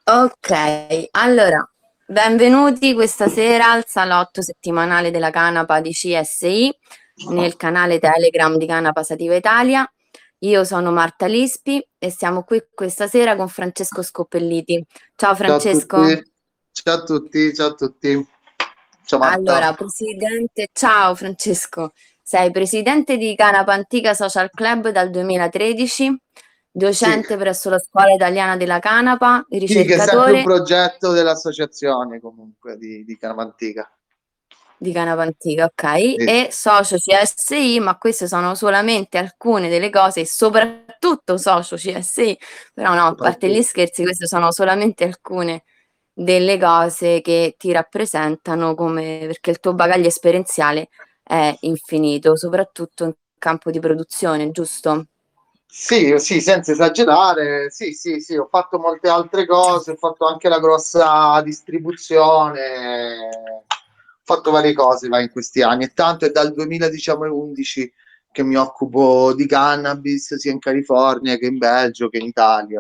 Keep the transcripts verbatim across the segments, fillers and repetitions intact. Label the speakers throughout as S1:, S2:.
S1: Ok, allora, benvenuti questa sera al salotto settimanale della Canapa di C S I nel canale Telegram di Canapa Sativa Italia. Io sono Marta Lispi e siamo qui questa sera con Francesco Scoppelliti. Ciao
S2: Ciao a
S1: Francesco.
S2: tutti, ciao a tutti, ciao a tutti. Ciao Marta.
S1: Allora, presidente, ciao Francesco, sei presidente di Canapa Antica Social Club dal duemilatredici,
S2: Sì,
S1: docente presso la Scuola Italiana della Canapa,
S2: sì, che è sempre un
S1: ricercatore
S2: progetto dell'associazione comunque di, di Caramantica.
S1: di Canapa Antica, ok,
S2: Sì,
S1: e socio C S I, ma queste sono solamente alcune delle cose, e soprattutto socio C S I, però no, a parte gli
S2: soprattutto.
S1: scherzi, queste sono solamente alcune delle cose che ti rappresentano come, perché il tuo bagaglio esperienziale è infinito, soprattutto in campo di produzione, giusto?
S2: Sì, sì, senza esagerare, sì, sì, sì, ho fatto molte altre cose, ho fatto anche la grossa distribuzione, ho fatto varie cose va, in questi anni e tanto è dal duemilaundici che mi occupo di cannabis sia in California che in Belgio che in Italia.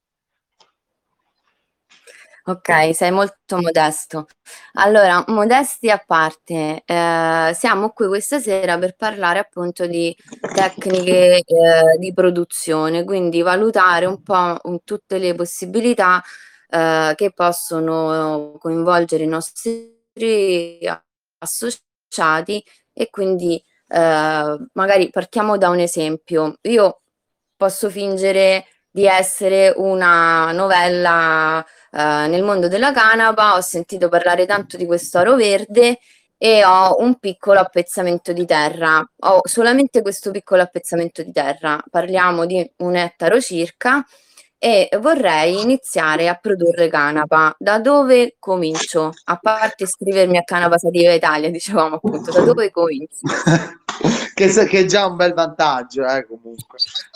S1: Ok, sei molto modesto. Allora, modesti a parte, eh, siamo qui questa sera per parlare appunto di tecniche, eh, di produzione, quindi valutare un po' un- tutte le possibilità, eh, che possono coinvolgere i nostri associati e quindi, eh, magari partiamo da un esempio. Io posso fingere di essere una novella eh, nel mondo della canapa, ho sentito parlare tanto di questo oro verde e ho un piccolo appezzamento di terra. Ho solamente questo piccolo appezzamento di terra, parliamo di un ettaro circa, e vorrei iniziare a produrre canapa. Da dove comincio? A parte iscrivermi a Canapa Sativa Italia, dicevamo appunto, da dove comincio?
S2: che, se- che è già un bel vantaggio, eh, comunque.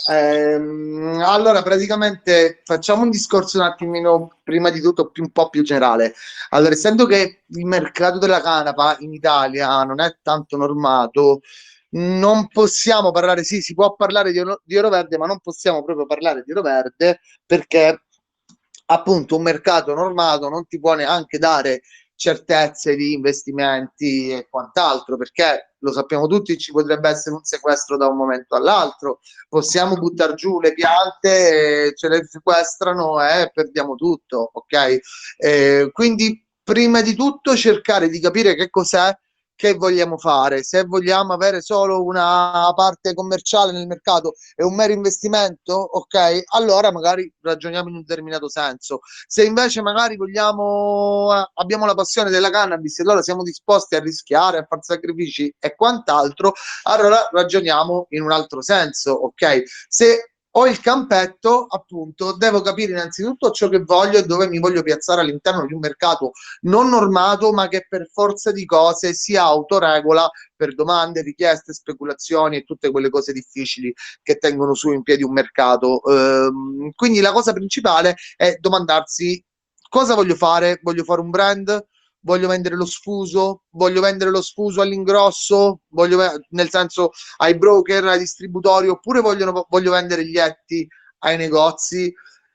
S2: Ehm, allora, praticamente facciamo un discorso un attimino, prima di tutto, più, un po' più generale. Allora, essendo che il mercato della canapa in Italia non è tanto normato, non possiamo parlare, sì, si può parlare di, oro- di oro verde, ma non possiamo proprio parlare di oro verde perché appunto un mercato normato non ti può neanche dare certezze di investimenti e quant'altro, perché lo sappiamo tutti, ci potrebbe essere un sequestro da un momento all'altro, possiamo buttare giù le piante, ce le sequestrano e perdiamo tutto, ok? Eh, quindi prima di tutto cercare di capire che cos'è che vogliamo fare, se vogliamo avere solo una parte commerciale nel mercato e un mero investimento, ok? Allora magari ragioniamo in un determinato senso. Se invece magari vogliamo, eh, abbiamo la passione della cannabis e allora siamo disposti a rischiare, a fare sacrifici e quant'altro, allora ragioniamo in un altro senso, ok? Se ho il campetto, appunto, devo capire innanzitutto ciò che voglio e dove mi voglio piazzare all'interno di un mercato non normato, ma che per forza di cose si autoregola per domande, richieste, speculazioni e tutte quelle cose difficili che tengono su in piedi un mercato. Ehm, quindi la cosa principale è domandarsi cosa voglio fare? Voglio fare un brand? Voglio vendere lo sfuso? Voglio vendere lo sfuso all'ingrosso? Voglio, nel senso ai broker, ai distributori, oppure vogliono, voglio vendere gli etti ai negozi?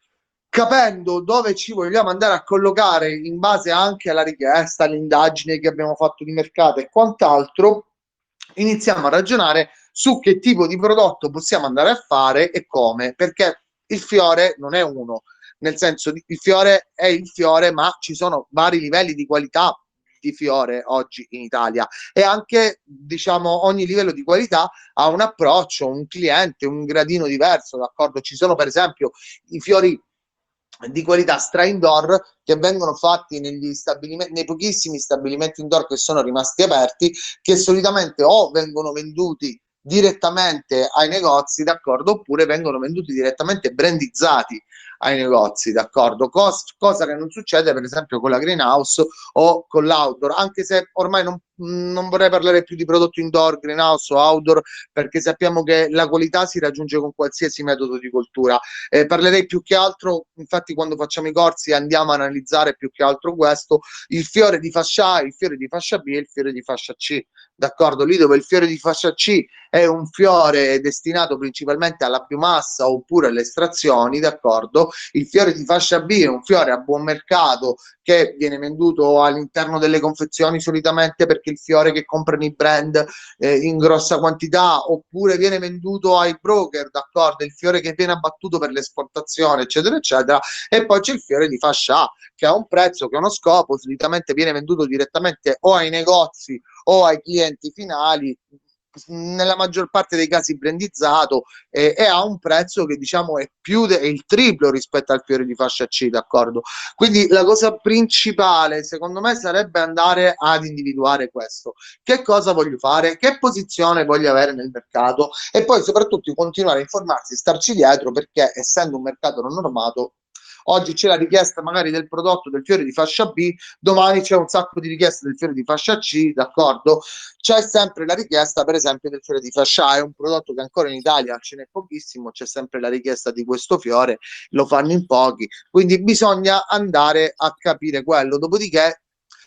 S2: Capendo dove ci vogliamo andare a collocare in base anche alla richiesta, all'indagine che abbiamo fatto di mercato e quant'altro, iniziamo a ragionare su che tipo di prodotto possiamo andare a fare e come, perché il fiore non è uno, nel senso il fiore è il fiore, ma ci sono vari livelli di qualità di fiore oggi in Italia e anche diciamo ogni livello di qualità ha un approccio, un cliente, un gradino diverso, d'accordo? Ci sono per esempio i fiori di qualità stra indoor che vengono fatti negli stabilimenti, nei pochissimi stabilimenti indoor che sono rimasti aperti, che solitamente o vengono venduti direttamente ai negozi, d'accordo, oppure vengono venduti direttamente brandizzati ai negozi, d'accordo? Cos- cosa che non succede per esempio con la greenhouse o con l'outdoor, anche se ormai non mh, non vorrei parlare più di prodotto indoor, greenhouse o outdoor, perché sappiamo che la qualità si raggiunge con qualsiasi metodo di coltura. Eh, parlerei più che altro, infatti quando facciamo i corsi andiamo a analizzare più che altro questo, il fiore di fascia A, il fiore di fascia B e il fiore di fascia C, d'accordo? Lì dove il fiore di fascia C è un fiore destinato principalmente alla biomassa oppure alle estrazioni, d'accordo? Il fiore di fascia B è un fiore a buon mercato che viene venduto all'interno delle confezioni solitamente perché il fiore che comprano i brand eh, in grossa quantità, oppure viene venduto ai broker, d'accordo? Il fiore che viene abbattuto per l'esportazione, eccetera, eccetera. E poi c'è il fiore di fascia A che ha un prezzo, che ha uno scopo, solitamente viene venduto direttamente o ai negozi o ai clienti finali, nella maggior parte dei casi brandizzato, eh, e ha un prezzo che diciamo è più de- è il triplo rispetto al fiore di fascia C, d'accordo? Quindi la cosa principale secondo me sarebbe andare ad individuare questo: che cosa voglio fare, che posizione voglio avere nel mercato, e poi soprattutto continuare a informarsi, starci dietro, perché essendo un mercato non normato, oggi c'è la richiesta magari del prodotto del fiore di fascia B, domani c'è un sacco di richieste del fiore di fascia C, d'accordo? C'è sempre la richiesta, per esempio, del fiore di fascia A, è un prodotto che ancora in Italia ce n'è pochissimo, c'è sempre la richiesta di questo fiore, lo fanno in pochi, quindi bisogna andare a capire quello. Dopodiché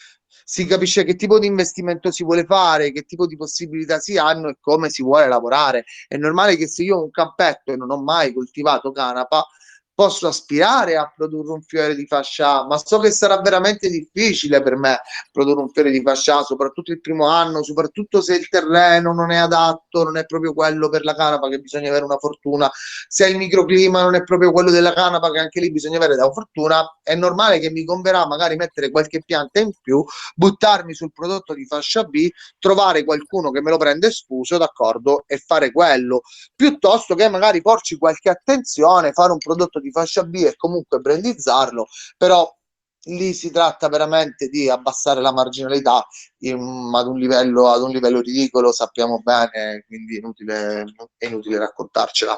S2: si capisce che tipo di investimento si vuole fare, che tipo di possibilità si hanno e come si vuole lavorare. È normale che se io ho un campetto e non ho mai coltivato canapa, posso aspirare a produrre un fiore di fascia A, ma so che sarà veramente difficile per me produrre un fiore di fascia A, soprattutto il primo anno, soprattutto se il terreno non è adatto, non è proprio quello per la canapa, che bisogna avere una fortuna, se il microclima non è proprio quello della canapa, che anche lì bisogna avere la fortuna. È normale che mi converrà magari mettere qualche pianta in più, buttarmi sul prodotto di fascia B, trovare qualcuno che me lo prende sfuso, d'accordo, e fare quello, piuttosto che magari porci qualche attenzione, fare un prodotto di fascia B e comunque brandizzarlo, però lì si tratta veramente di abbassare la marginalità in, ad un livello, ad un livello ridicolo, sappiamo bene, quindi è inutile, è inutile raccontarcela.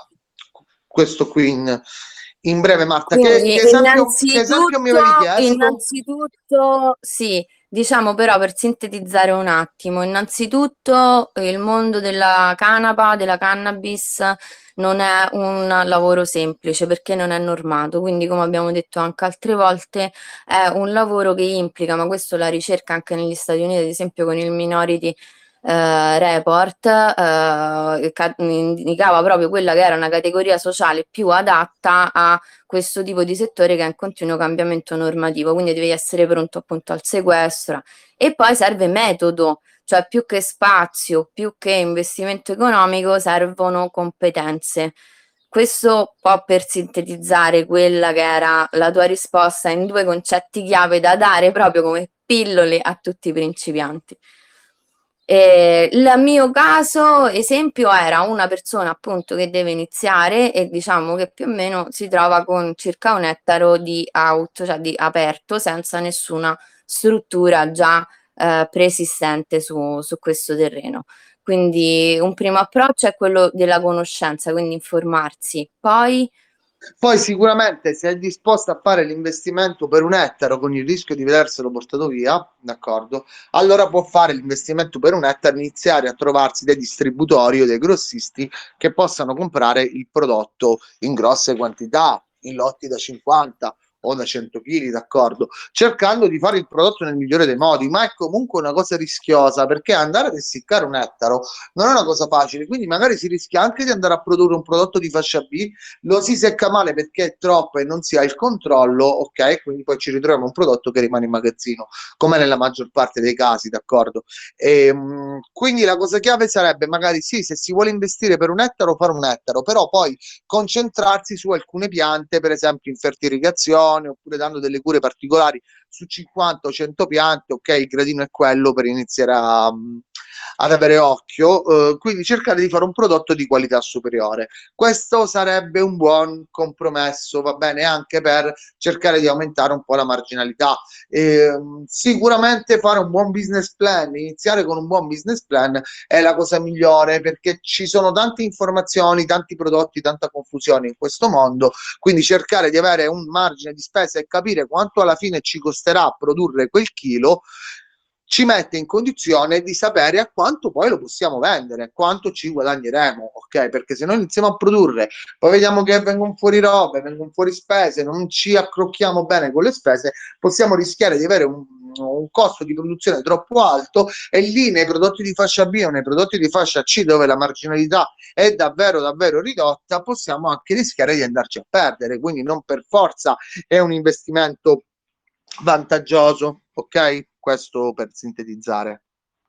S2: Questo qui in, in breve, Marta, che, che
S1: Quindi
S2: esempio, che esempio mi
S1: innanzitutto,
S2: avevi chiesto?
S1: innanzitutto sì, diciamo però per sintetizzare un attimo, innanzitutto il mondo della canapa, della cannabis non è un lavoro semplice perché non è normato, quindi come abbiamo detto anche altre volte è un lavoro che implica, ma questo la ricerca anche negli Stati Uniti, ad esempio con il Minority eh, Report, eh, ca- indicava proprio quella che era una categoria sociale più adatta a questo tipo di settore che è in continuo cambiamento normativo, quindi devi essere pronto appunto al sequestro e poi serve metodo, cioè più che spazio, più che investimento economico, servono competenze. Questo può per sintetizzare quella che era la tua risposta in due concetti chiave da dare proprio come pillole a tutti i principianti. Eh, il mio caso, esempio, era una persona appunto che deve iniziare e diciamo che più o meno si trova con circa un ettaro di out, cioè di aperto, senza nessuna struttura già eh, preesistente su, su questo terreno. Quindi un primo approccio è quello della conoscenza, quindi informarsi. Poi
S2: Poi sicuramente se è disposto a fare l'investimento per un ettaro con il rischio di vederselo portato via, d'accordo? Allora può fare l'investimento per un ettaro, iniziare a trovarsi dei distributori o dei grossisti che possano comprare il prodotto in grosse quantità, in lotti da cinquanta o da cento chili, d'accordo? Cercando di fare il prodotto nel migliore dei modi, ma è comunque una cosa rischiosa, perché andare ad essiccare un ettaro non è una cosa facile, quindi magari si rischia anche di andare a produrre un prodotto di fascia B, lo si secca male perché è troppo e non si ha il controllo, ok? Quindi poi ci ritroviamo un prodotto che rimane in magazzino, come nella maggior parte dei casi, d'accordo? E, mh, quindi la cosa chiave sarebbe magari sì, se si vuole investire per un ettaro, fare un ettaro, però poi concentrarsi su alcune piante, per esempio in fertilizazione, oppure dando delle cure particolari su cinquanta o cento piante, ok, il gradino è quello per iniziare a, ad avere occhio, eh, quindi cercare di fare un prodotto di qualità superiore. Questo sarebbe un buon compromesso, va bene, anche per cercare di aumentare un po' la marginalità. E, sicuramente fare un buon business plan, iniziare con un buon business plan è la cosa migliore, perché ci sono tante informazioni, tanti prodotti, tanta confusione in questo mondo, quindi cercare di avere un margine di spesa e capire quanto alla fine ci costerà produrre quel chilo ci mette in condizione di sapere a quanto poi lo possiamo vendere, a quanto ci guadagneremo, ok? Perché se noi iniziamo a produrre, poi vediamo che vengono fuori robe, vengono fuori spese, non ci accrocchiamo bene con le spese, possiamo rischiare di avere un, un costo di produzione troppo alto, e lì nei prodotti di fascia B o nei prodotti di fascia C, dove la marginalità è davvero davvero ridotta, possiamo anche rischiare di andarci a perdere. Quindi non per forza è un investimento vantaggioso, ok? Questo per sintetizzare.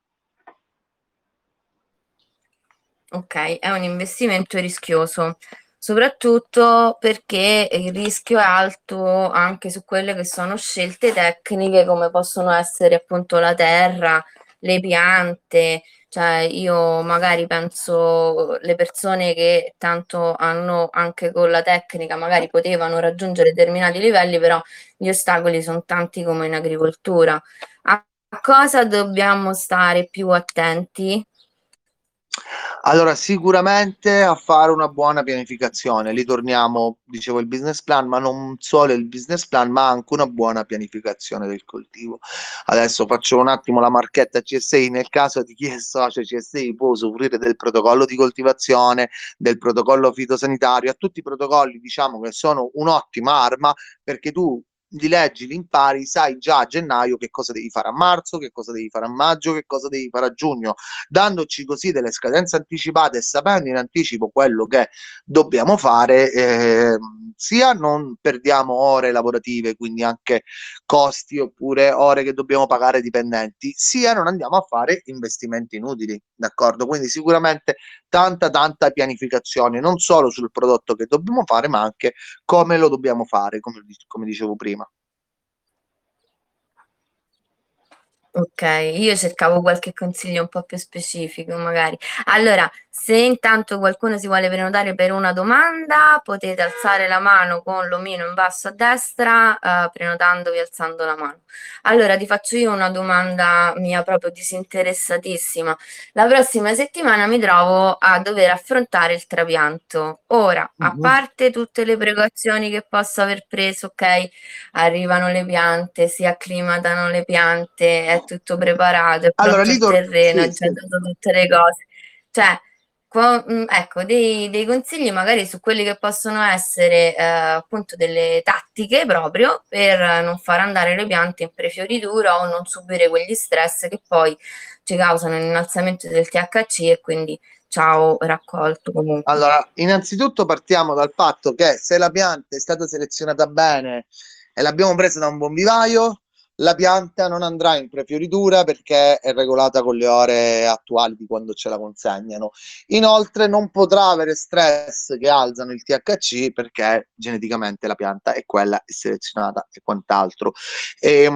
S1: Ok, è un investimento rischioso, soprattutto perché il rischio è alto anche su quelle che sono scelte tecniche, come possono essere appunto la terra, le piante. Cioè, io magari penso le persone che tanto hanno anche con la tecnica, magari potevano raggiungere determinati livelli, però gli ostacoli sono tanti come in agricoltura. A cosa dobbiamo stare più attenti?
S2: Allora, sicuramente a fare una buona pianificazione. Lì torniamo, dicevo, il business plan, ma non solo il business plan, ma anche una buona pianificazione del coltivo. Adesso faccio un attimo la marchetta C S I. Nel caso di chi è socio C S I può usufruire del protocollo di coltivazione, del protocollo fitosanitario, a tutti i protocolli, diciamo, che sono un'ottima arma, perché tu li leggi, li impari, sai già a gennaio che cosa devi fare a marzo, che cosa devi fare a maggio, che cosa devi fare a giugno, dandoci così delle scadenze anticipate e sapendo in anticipo quello che dobbiamo fare, eh, sia non perdiamo ore lavorative, quindi anche costi oppure ore che dobbiamo pagare ai dipendenti, sia non andiamo a fare investimenti inutili, d'accordo? Quindi sicuramente tanta tanta pianificazione, non solo sul prodotto che dobbiamo fare, ma anche come lo dobbiamo fare, come, come dicevo prima.
S1: Ok, io cercavo qualche consiglio un po' più specifico, magari. Allora, se intanto qualcuno si vuole prenotare per una domanda, potete alzare la mano con l'omino in basso a destra, eh, prenotandovi alzando la mano. Allora, ti faccio io una domanda mia proprio disinteressatissima. La prossima settimana mi trovo a dover affrontare il trapianto. Ora, a
S2: Mhm.
S1: parte tutte le precauzioni che posso aver preso, ok? Arrivano le piante, si acclimatano le piante, è tutto preparato, è
S2: Allora,
S1: pronto
S2: lì
S1: il
S2: tor-
S1: terreno,
S2: sì,
S1: è già
S2: sì.
S1: dato tutte le cose. Cioè, qua- mh, ecco, dei, dei consigli magari su quelli che possono essere eh, appunto delle tattiche proprio per non far andare le piante in prefioritura o non subire quegli stress che poi ci causano l'innalzamento del T H C e quindi ciao raccolto comunque.
S2: Allora, innanzitutto partiamo dal fatto che se la pianta è stata selezionata bene e l'abbiamo presa da un buon vivaio, la pianta non andrà in prefioritura perché è regolata con le ore attuali di quando ce la consegnano. Inoltre non potrà avere stress che alzano il T H C perché geneticamente la pianta è quella, è selezionata e quant'altro. E,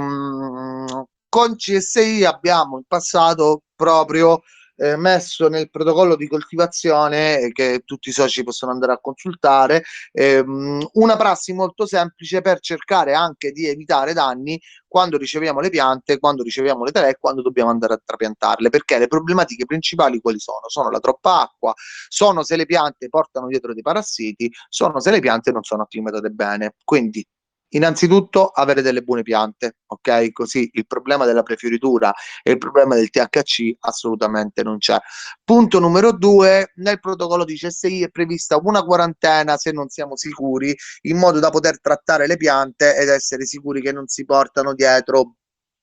S2: mh, con C S I abbiamo in passato proprio eh, messo nel protocollo di coltivazione, eh, che tutti i soci possono andare a consultare, ehm, una prassi molto semplice per cercare anche di evitare danni quando riceviamo le piante, quando riceviamo le tele e quando dobbiamo andare a trapiantarle, perché le problematiche principali quali sono? Sono la troppa acqua, sono se le piante portano dietro dei parassiti, sono se le piante non sono acclimatate bene. Quindi innanzitutto avere delle buone piante, ok? Così il problema della prefioritura e il problema del T H C assolutamente non c'è. Punto numero due, nel protocollo di C S I è prevista una quarantena se non siamo sicuri, in modo da poter trattare le piante ed essere sicuri che non si portano dietro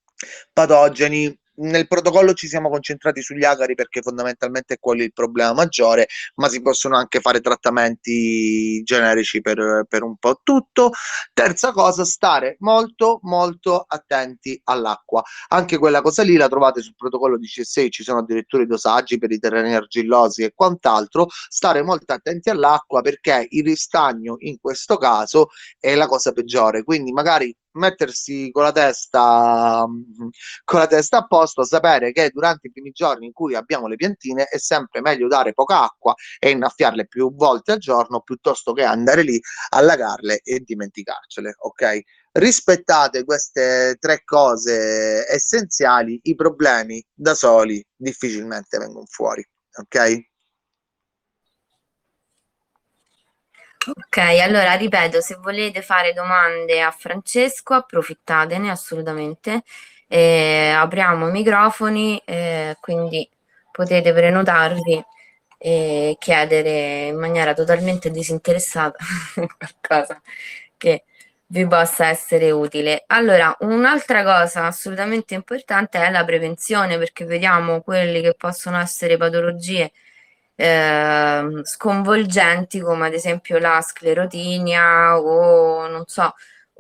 S2: patogeni. Nel protocollo ci siamo concentrati sugli acari perché fondamentalmente è quello il problema maggiore, ma si possono anche fare trattamenti generici per, per un po' tutto. Terza cosa, stare molto molto attenti all'acqua. Anche quella cosa lì la trovate sul protocollo di C S I, ci sono addirittura i dosaggi per i terreni argillosi e quant'altro. Stare molto attenti all'acqua perché il ristagno in questo caso è la cosa peggiore. Quindi magari mettersi con la testa con la testa a posto, sapere che durante i primi giorni in cui abbiamo le piantine è sempre meglio dare poca acqua e innaffiarle più volte al giorno piuttosto che andare lì, allagarle e dimenticarcele, ok? Rispettate queste tre cose essenziali, i problemi da soli difficilmente vengono fuori, ok?
S1: Ok, allora ripeto, se volete fare domande a Francesco, approfittatene assolutamente. e apriamo i microfoni, e quindi potete prenotarvi e chiedere in maniera totalmente disinteressata qualcosa che vi possa essere utile. Allora, un'altra cosa assolutamente importante è la prevenzione, perché vediamo quelli che possono essere patologie ehm, sconvolgenti, come ad esempio la sclerotinia o non so,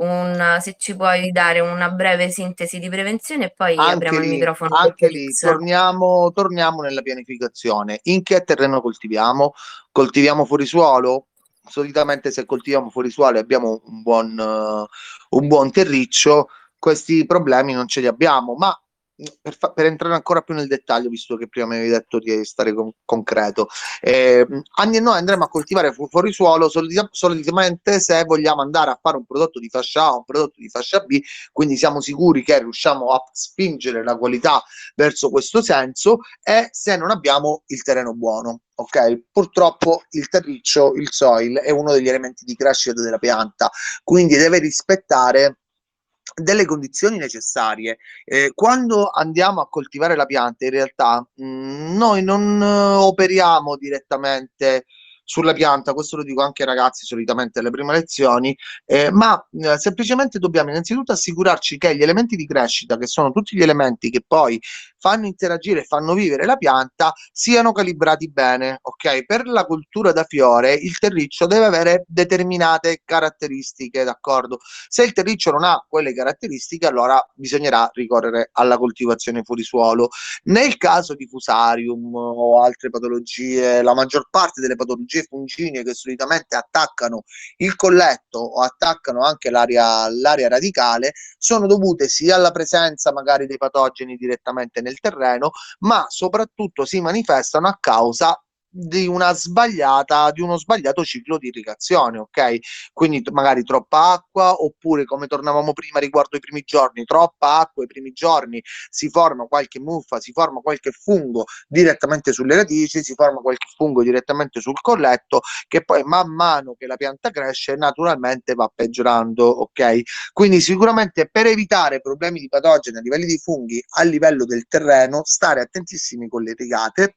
S1: un, se ci puoi dare una breve sintesi di prevenzione e poi
S2: Anche
S1: apriamo il
S2: lì,
S1: microfono per
S2: anche lì
S1: Felix.
S2: torniamo, torniamo nella pianificazione. In che terreno coltiviamo? Coltiviamo fuori suolo? Solitamente se coltiviamo fuori suolo e abbiamo un buon, eh, un buon terriccio, questi problemi non ce li abbiamo. Ma mh, per, fa- per entrare ancora più nel dettaglio, visto che prima mi avevi detto di stare con- concreto, eh, and- noi andremo a coltivare fu- fuori suolo solita- solitamente se vogliamo andare a fare un prodotto di fascia A o un prodotto di fascia B, quindi siamo sicuri che riusciamo a spingere la qualità verso questo senso, e se non abbiamo il terreno buono. Ok, purtroppo il terriccio, il soil, è uno degli elementi di crescita della pianta, quindi deve rispettare delle condizioni necessarie. Eh, quando andiamo a coltivare la pianta, in realtà mh, noi non eh, operiamo direttamente sulla pianta, questo lo dico anche ai ragazzi solitamente alle prime lezioni, eh, ma eh, semplicemente dobbiamo innanzitutto assicurarci che gli elementi di crescita, che sono tutti gli elementi che poi fanno interagire e fanno vivere la pianta, siano calibrati bene. Ok? Per la cultura da fiore, il terriccio deve avere determinate caratteristiche, d'accordo? Se il terriccio non ha quelle caratteristiche, allora bisognerà ricorrere alla coltivazione fuori suolo. Nel caso di fusarium o altre patologie, la maggior parte delle patologie fungine che solitamente attaccano il colletto o attaccano anche l'area, l'area radicale sono dovute sia alla presenza magari dei patogeni direttamente nel terreno, ma soprattutto si manifestano a causa di una sbagliata, di uno sbagliato ciclo di irrigazione, ok? Quindi magari troppa acqua, oppure come tornavamo prima riguardo i primi giorni, troppa acqua i primi giorni, si forma qualche muffa, si forma qualche fungo direttamente sulle radici, si forma qualche fungo direttamente sul colletto, che poi man mano che la pianta cresce naturalmente va peggiorando, ok? Quindi sicuramente per evitare problemi di patogeni a livello di funghi a livello del terreno, stare attentissimi con le rigate,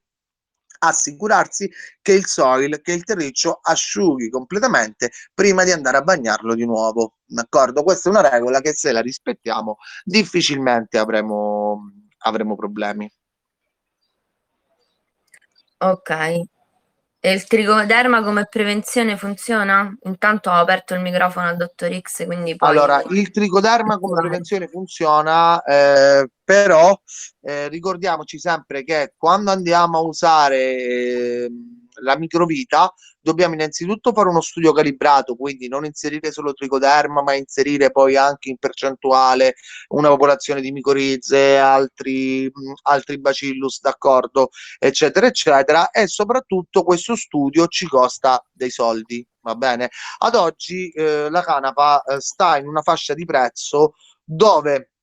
S2: assicurarsi che il soil, che il terriccio asciughi completamente prima di andare a bagnarlo di nuovo. D'accordo? Questa è una regola che se la rispettiamo difficilmente avremo, avremo problemi.
S1: Ok. E il tricoderma come prevenzione funziona? Intanto ho aperto il microfono al dottor X, quindi poi
S2: Allora, il tricoderma come
S1: attivare.
S2: prevenzione funziona, eh, però eh, ricordiamoci sempre che quando andiamo a usare eh, la microvita, dobbiamo innanzitutto fare uno studio calibrato, quindi non inserire solo tricoderma, ma inserire poi anche in percentuale una popolazione di micorizze, altri, mh, altri bacillus, d'accordo, eccetera, eccetera, e soprattutto questo studio ci costa dei soldi, va bene? Ad oggi eh, la canapa eh, sta in una fascia di prezzo dove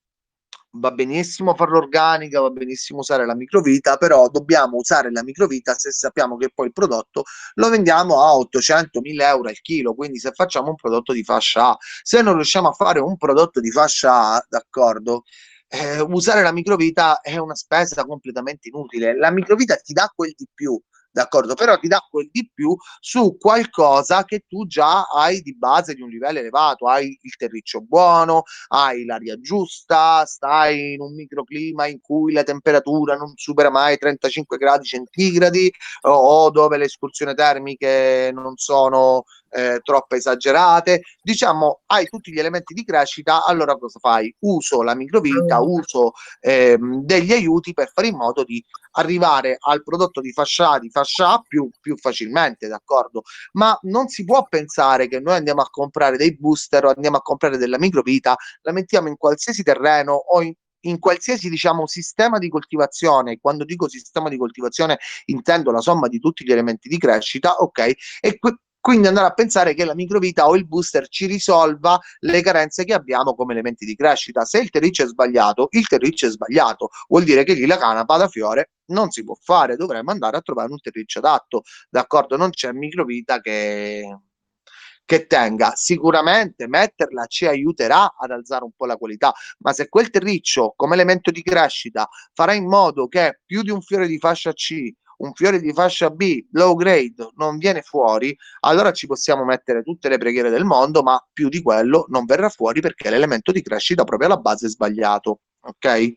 S2: va benissimo farlo organica, va benissimo usare la microvita, però dobbiamo usare la microvita se sappiamo che poi il prodotto lo vendiamo a ottocento-mille euro al chilo, quindi se facciamo un prodotto di fascia A, se non riusciamo a fare un prodotto di fascia A, d'accordo, eh, usare la microvita è una spesa completamente inutile. La microvita ti dà quel di più, d'accordo, però ti dà quel di più su qualcosa che tu già hai di base di un livello elevato, hai il terriccio buono, hai l'aria giusta, stai in un microclima in cui la temperatura non supera mai i trentacinque gradi centigradi, o, o dove le escursioni termiche non sono eh, troppo esagerate, diciamo hai tutti gli elementi di crescita. Allora cosa fai? Uso la microvita, uso ehm, degli aiuti per fare in modo di arrivare al prodotto di fascia A, di fascia A più, più facilmente, d'accordo? Ma non si può pensare che noi andiamo a comprare dei booster o andiamo a comprare della microvita, la mettiamo in qualsiasi terreno o in, in qualsiasi, diciamo, sistema di coltivazione. Quando dico sistema di coltivazione intendo la somma di tutti gli elementi di crescita, ok? E que- quindi andare a pensare che la microvita o il booster ci risolva le carenze che abbiamo come elementi di crescita. Se il terriccio è sbagliato, il terriccio è sbagliato, vuol dire che lì la canapa da fiore non si può fare, dovremmo andare a trovare un terriccio adatto, d'accordo? Non c'è microvita che, che tenga. Sicuramente metterla ci aiuterà ad alzare un po' la qualità, ma se quel terriccio come elemento di crescita farà in modo che più di un fiore di fascia C, un fiore di fascia B, low grade, non viene fuori, allora ci possiamo mettere tutte le preghiere del mondo, ma più di quello non verrà fuori perché l'elemento di crescita proprio alla base è sbagliato. Ok?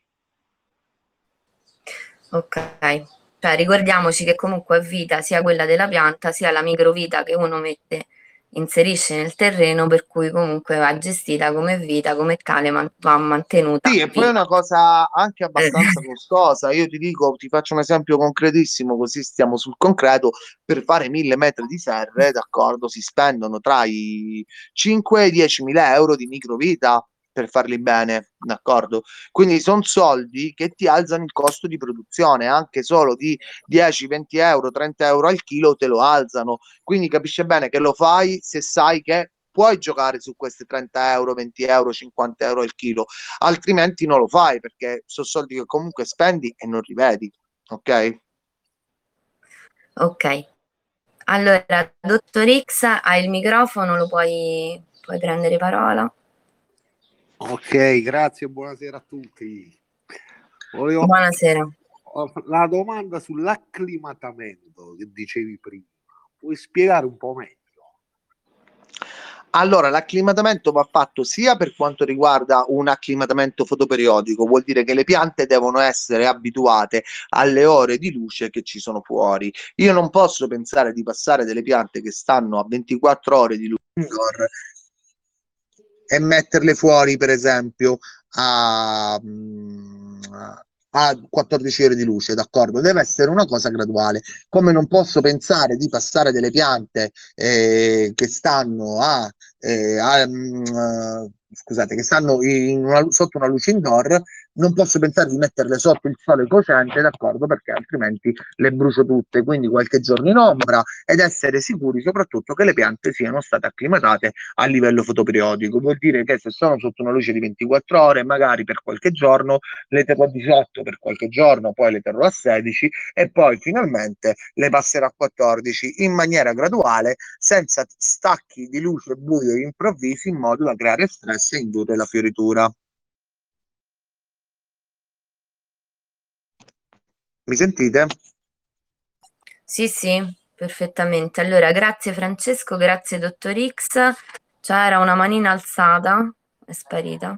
S1: Ok, cioè ricordiamoci che comunque è vita sia quella della pianta sia la microvita che uno mette, inserisce nel terreno, per cui comunque va gestita come vita, come tale man- va mantenuta
S2: Sì, e poi è
S1: viva.
S2: una cosa anche
S1: Eh,
S2: abbastanza costosa. Io ti dico, ti faccio un esempio concretissimo, così stiamo sul concreto. Per fare mille metri di serre, d'accordo, si spendono tra i cinque e i diecimila euro di microvita per farli bene, d'accordo? Quindi sono soldi che ti alzano il costo di produzione, anche solo di dieci, venti euro, trenta euro al chilo te lo alzano. Quindi capisce bene che lo fai se sai che puoi giocare su questi trenta euro, venti euro, cinquanta euro al chilo, altrimenti non lo fai perché sono soldi che comunque spendi e non rivedi, ok?
S1: ok, allora, dottor X, hai il microfono, lo puoi, puoi prendere parola.
S3: Ok, grazie, buonasera a tutti. Volevo
S1: Buonasera.
S3: la domanda sull'acclimatamento che dicevi prima, puoi spiegare un po' meglio?
S2: Allora, l'acclimatamento va fatto sia per quanto riguarda un acclimatamento fotoperiodico, vuol dire che le piante devono essere abituate alle ore di luce che ci sono fuori. Io non posso pensare di passare delle piante che stanno a ventiquattro ore di luce indoor e metterle fuori, per esempio, a, a quattordici ore di luce, d'accordo? Deve essere una cosa graduale. Come non posso pensare di passare delle piante eh, che stanno a, eh, a mm, scusate, che stanno in una, sotto una luce indoor, non posso pensare di metterle sotto il sole cocente, d'accordo? Perché altrimenti le brucio tutte. Quindi qualche giorno in ombra ed essere sicuri soprattutto che le piante siano state acclimatate a livello fotoperiodico. Vuol dire che se sono sotto una luce di ventiquattro ore, magari per qualche giorno le terrò a diciotto, per qualche giorno poi le terrò a sedici e poi finalmente le passerò a quattordici in maniera graduale, senza stacchi di luce buio improvvisi in modo da creare stress e indurre la fioritura. Mi sentite?
S1: Sì, sì, perfettamente. Allora, grazie Francesco, grazie dottor X. C'era una manina alzata, è sparita.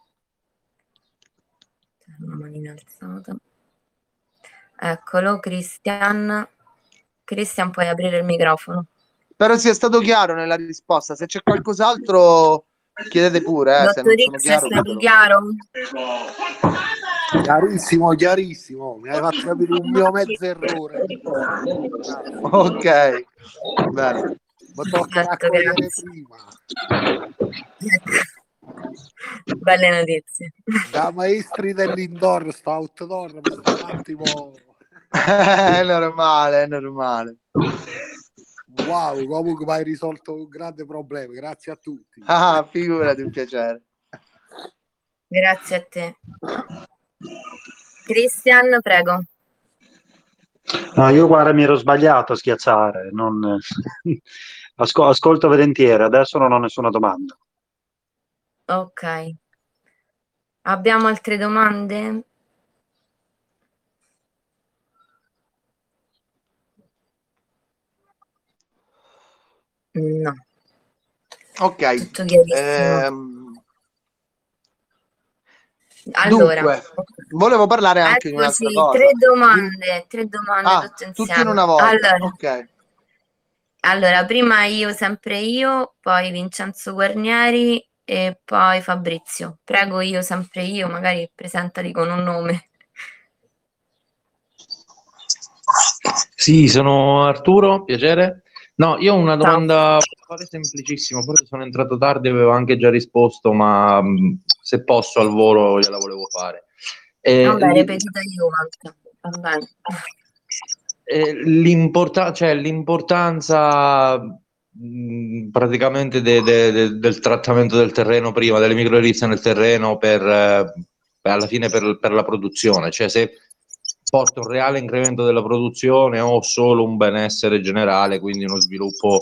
S1: C'era una manina alzata. Eccolo, Christian. Christian, puoi aprire il microfono.
S2: Spero sia stato chiaro nella risposta. Se c'è qualcos'altro chiedete pure, eh, se non
S1: Dottor
S2: sono
S1: X, è
S2: chiaro
S1: stato
S2: ditelo.
S1: chiaro?
S3: Chiarissimo, chiarissimo, mi hai fatto capire un mio mezzo errore. Grazie.
S2: Ok, bene.
S3: Mi tocca
S1: Perfetto,
S3: raccogliere
S1: grazie.
S3: prima.
S1: Belle notizie.
S3: Da maestri dell'indoor, sto outdoor, mi sto un attimo...
S2: È normale, è normale.
S3: Wow, comunque mi hai risolto un grande problema, grazie a tutti.
S2: Ah, figurati, un piacere.
S1: Grazie a te. Christian, prego.
S4: No, io guarda, mi ero sbagliato a schiacciare, non... Ascol- ascolto volentieri, adesso non ho nessuna domanda.
S1: Ok. Abbiamo altre domande? No.
S2: Ok.
S1: Tutto chiarissimo.
S2: Ehm,
S1: Allora,
S2: dunque, volevo parlare anche di un'altra
S1: eccoci,
S2: cosa.
S1: tre
S2: In-
S1: domande, tre domande
S2: Ah,
S1: tutte
S2: tutto in
S1: insieme.
S2: una volta.
S1: Allora,
S2: Ok.
S1: allora, prima io, sempre io, poi Vincenzo Guarnieri e poi Fabrizio. Prego, io, sempre io, magari presentati con un nome.
S5: Sì, sono Arturo, piacere. No, io ho una
S1: Ciao.
S5: domanda semplicissima, forse sono entrato tardi e avevo anche già risposto, ma mh, se posso al volo gliela volevo fare. Eh,
S1: Vabbè,
S5: l-
S1: ripetita io, Walter. Va bene.
S5: eh, l'importa- cioè, l'importanza mh, praticamente de- de- de- del trattamento del terreno prima, delle microrizze nel terreno per, eh, alla fine per, per la produzione, cioè se porta un reale incremento della produzione o solo un benessere generale, quindi uno sviluppo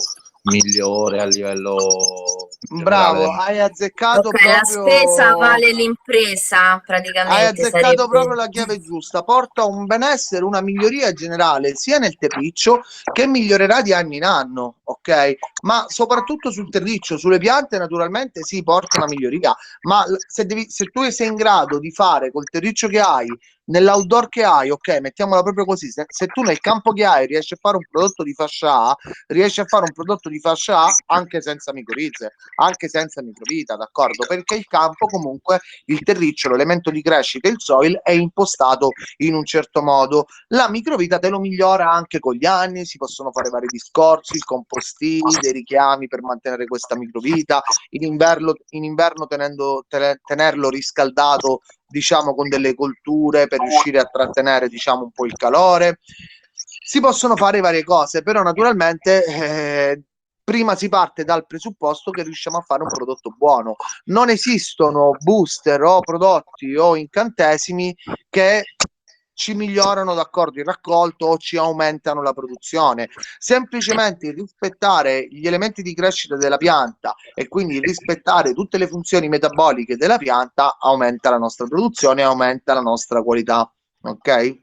S5: migliore a livello
S2: Bravo,
S5: generale.
S2: hai azzeccato
S1: Ok, la spesa
S2: proprio
S1: vale l'impresa,
S2: hai
S1: praticamente
S2: azzeccato proprio
S1: sarebbe.
S2: la chiave giusta, porta un benessere, una miglioria generale sia nel terriccio che migliorerà di anno in anno, ok? Ma soprattutto sul terriccio, sulle piante naturalmente si porta una miglioria, ma l- se, devi, se tu sei in grado di fare col terriccio che hai, nell'outdoor che hai, ok, mettiamola proprio così, se, se tu nel campo che hai riesci a fare un prodotto di fascia A, riesci a fare un prodotto di fascia A anche senza micorizze, anche senza microvita, d'accordo? Perché il campo comunque, il terriccio, l'elemento di crescita, il soil è impostato in un certo modo. La microvita te lo migliora anche con gli anni, si possono fare vari discorsi, il compostini, dei richiami per mantenere questa microvita, in inverno, in inverno tenendo, te- tenerlo riscaldato, diciamo, con delle colture per riuscire a trattenere, diciamo, un po' il calore. Si possono fare varie cose, però naturalmente eh, prima si parte dal presupposto che riusciamo a fare un prodotto buono. Non esistono booster o prodotti o incantesimi che ci migliorano, d'accordo, il raccolto o ci aumentano la produzione. Semplicemente rispettare gli elementi di crescita della pianta e quindi rispettare tutte le funzioni metaboliche della pianta aumenta la nostra produzione e aumenta la nostra qualità. Ok?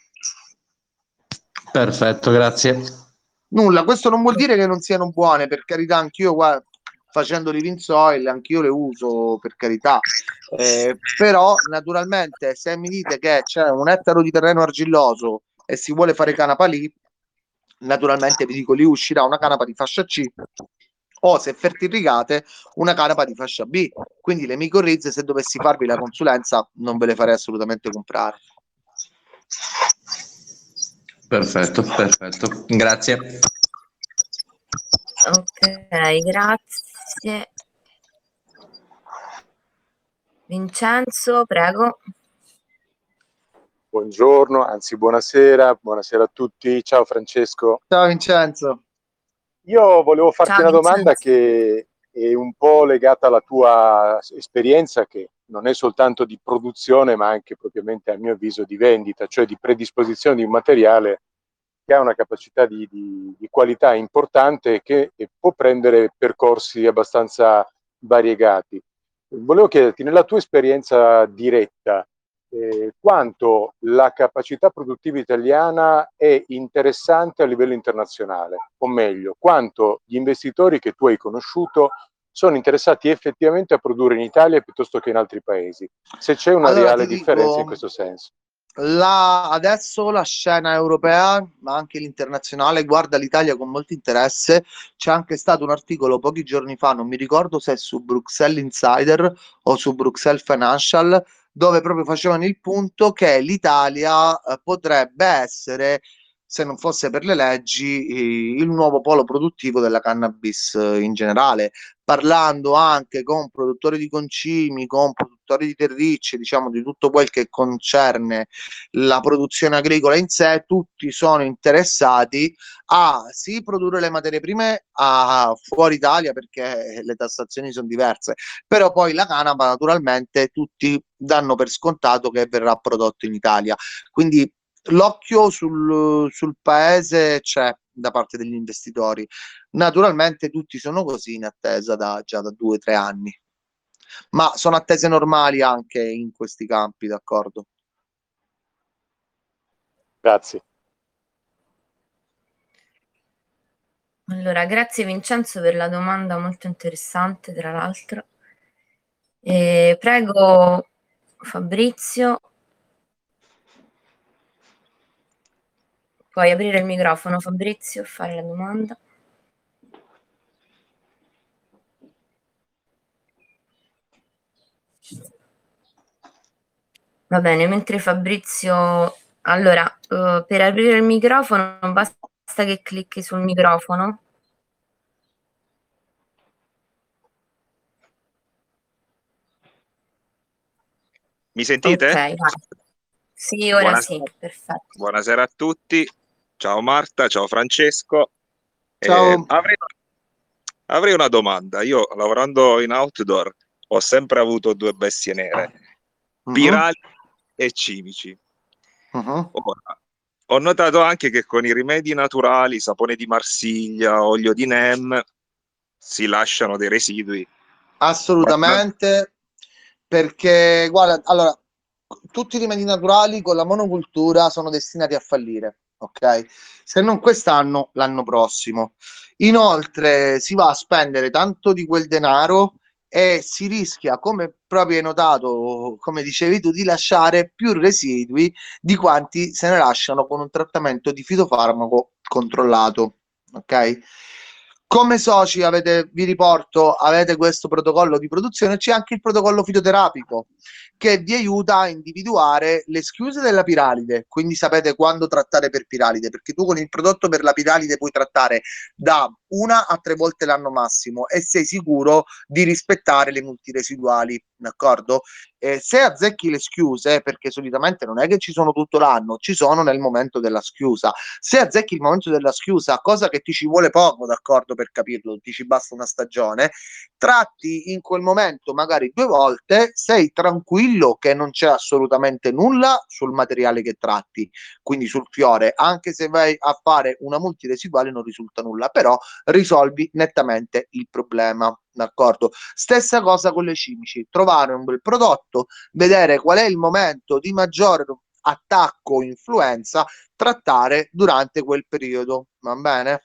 S5: Perfetto, grazie.
S2: Nulla, questo non vuol dire che non siano buone, per carità, anch'io qua facendo living soil, anch'io le uso, per carità. Eh, però naturalmente se mi dite che c'è un ettaro di terreno argilloso e si vuole fare canapa lì, naturalmente vi dico lì uscirà una canapa di fascia C o se fertirrigate una canapa di fascia B. Quindi le micorrize, se dovessi farvi la consulenza, non ve le farei assolutamente comprare.
S5: Perfetto, perfetto. Grazie.
S1: Ok, grazie. Vincenzo, prego.
S6: Buongiorno, anzi buonasera, buonasera a tutti. Ciao Francesco.
S2: Ciao Vincenzo.
S6: Io volevo farti
S1: Ciao
S6: una domanda
S1: Vincenzo.
S6: che è un po' legata alla tua esperienza, che non è soltanto di produzione, ma anche propriamente, a mio avviso, di vendita, cioè di predisposizione di un materiale che ha una capacità di, di, di qualità importante e che e può prendere percorsi abbastanza variegati. Volevo chiederti, nella tua esperienza diretta, eh, quanto la capacità produttiva italiana è interessante a livello internazionale, o meglio, quanto gli investitori che tu hai conosciuto sono interessati effettivamente a produrre in Italia piuttosto che in altri paesi, se c'è una
S2: Allora
S6: reale
S2: ti
S6: differenza
S2: dico,
S6: in questo senso.
S2: la, adesso la scena europea, ma anche l'internazionale, guarda l'Italia con molto interesse. C'è anche stato un articolo pochi giorni fa, non mi ricordo se è su Bruxelles Insider o su Bruxelles Financial, dove proprio facevano il punto che l'Italia eh, potrebbe essere, se non fosse per le leggi, eh, il nuovo polo produttivo della cannabis eh, in generale, parlando anche con produttori di concimi, con produttori di terricce, diciamo di tutto quel che concerne la produzione agricola in sé, tutti sono interessati a sì produrre le materie prime a fuori Italia perché le tassazioni sono diverse, però poi la canapa naturalmente tutti danno per scontato che verrà prodotto in Italia. Quindi l'occhio sul, sul paese c'è da parte degli investitori. Naturalmente tutti sono così in attesa da, già da due o tre anni, ma sono attese normali anche in questi campi, d'accordo?
S6: Grazie.
S1: Allora, grazie Vincenzo per la domanda molto interessante, tra l'altro. E prego Fabrizio, puoi aprire il microfono Fabrizio e fare la domanda. Va bene, mentre Fabrizio... Allora, uh, per aprire il microfono basta che clicchi sul microfono.
S7: Mi sentite?
S1: Ok, vai. Sì, ora
S7: Buonasera.
S1: sì, perfetto.
S7: Buonasera a tutti. Ciao Marta, ciao Francesco.
S2: Ciao.
S7: Eh, avrei, avrei una domanda. Io lavorando in outdoor ho sempre avuto due bestie nere,
S2: Mhm,
S7: pirali e cimici.
S2: mhm.
S7: Ora, ho notato anche che con i rimedi naturali, sapone di Marsiglia, olio di neem, si lasciano dei residui.
S2: Assolutamente, perché guarda, allora, tutti i rimedi naturali con la monocultura sono destinati a fallire, ok? Se non quest'anno, l'anno prossimo. Inoltre si va a spendere tanto di quel denaro e si rischia, come proprio hai notato, come dicevi tu, di lasciare più residui di quanti se ne lasciano con un trattamento di fitofarmaco controllato, ok? Come soci avete, vi riporto, avete questo protocollo di produzione, c'è anche il protocollo fitoterapico che vi aiuta a individuare le schiuse della piralide, quindi sapete quando trattare per piralide, perché tu con il prodotto per la piralide puoi trattare da una a tre volte l'anno massimo e sei sicuro di rispettare le multiresiduali, d'accordo? Eh, se azzecchi le schiuse, perché solitamente non è che ci sono tutto l'anno, ci sono nel momento della schiusa. Se azzecchi il momento della schiusa, cosa che ti ci vuole poco, d'accordo, per capirlo, ti ci basta una stagione, tratti in quel momento magari due volte, sei tranquillo che non c'è assolutamente nulla sul materiale che tratti, quindi sul fiore, anche se vai a fare una multiresiduale non risulta nulla, però risolvi nettamente il problema, d'accordo? Stessa cosa con le cimici, trovare un bel prodotto, vedere qual è il momento di maggiore attacco o influenza, trattare durante quel periodo, va bene?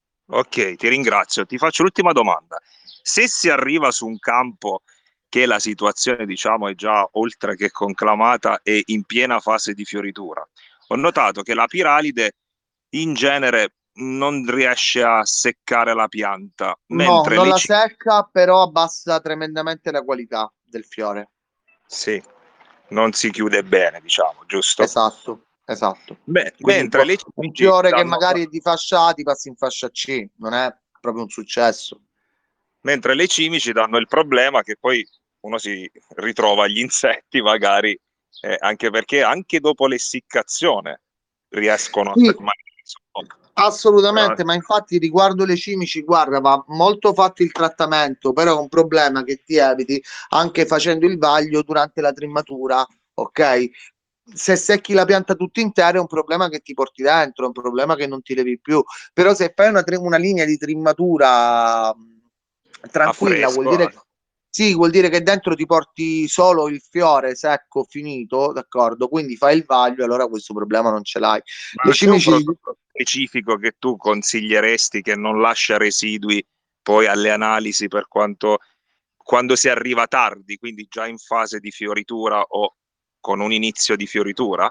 S7: Ok, ti ringrazio. Ti faccio l'ultima domanda. Se si arriva su un campo che la situazione, diciamo, è già oltre che conclamata e in piena fase di fioritura, ho notato che la piralide in genere non riesce a seccare la pianta,
S2: No,
S7: mentre
S2: non
S7: le
S2: la
S7: ci-
S2: secca, però abbassa tremendamente la qualità del fiore.
S7: sì, non si chiude bene, diciamo, giusto?
S2: Esatto, esatto.
S7: Beh,
S2: Quindi
S7: mentre
S2: po-
S7: le
S2: un
S7: cimici
S2: fiore che
S7: danno,
S2: magari è di fascia A ti passi in fascia C, non è proprio un successo.
S7: mentre le cimici danno il problema che poi uno si ritrova gli insetti magari, eh, anche perché anche dopo l'essiccazione riescono a
S2: Sì,
S7: fermare il suono.
S2: assolutamente, ma infatti riguardo le cimici, guarda, va molto fatto il trattamento, però è un problema che ti eviti anche facendo il vaglio durante la trimmatura, ok? Se secchi la pianta tutta intera è un problema che ti porti dentro, è un problema che non ti levi più, però se fai una, tri- una linea di trimmatura mh,
S7: A
S2: tranquilla, vuol
S7: fresco,
S2: dire,
S7: eh.
S2: sì, vuol dire che dentro ti porti solo il fiore secco, finito, d'accordo? Quindi fai il vaglio e allora questo problema non ce l'hai. Le
S7: Ma c'è un
S2: cimici.
S7: prodotto specifico che tu consiglieresti che non lascia residui poi alle analisi per quanto quando si arriva tardi, quindi già in fase di fioritura o con un inizio di fioritura?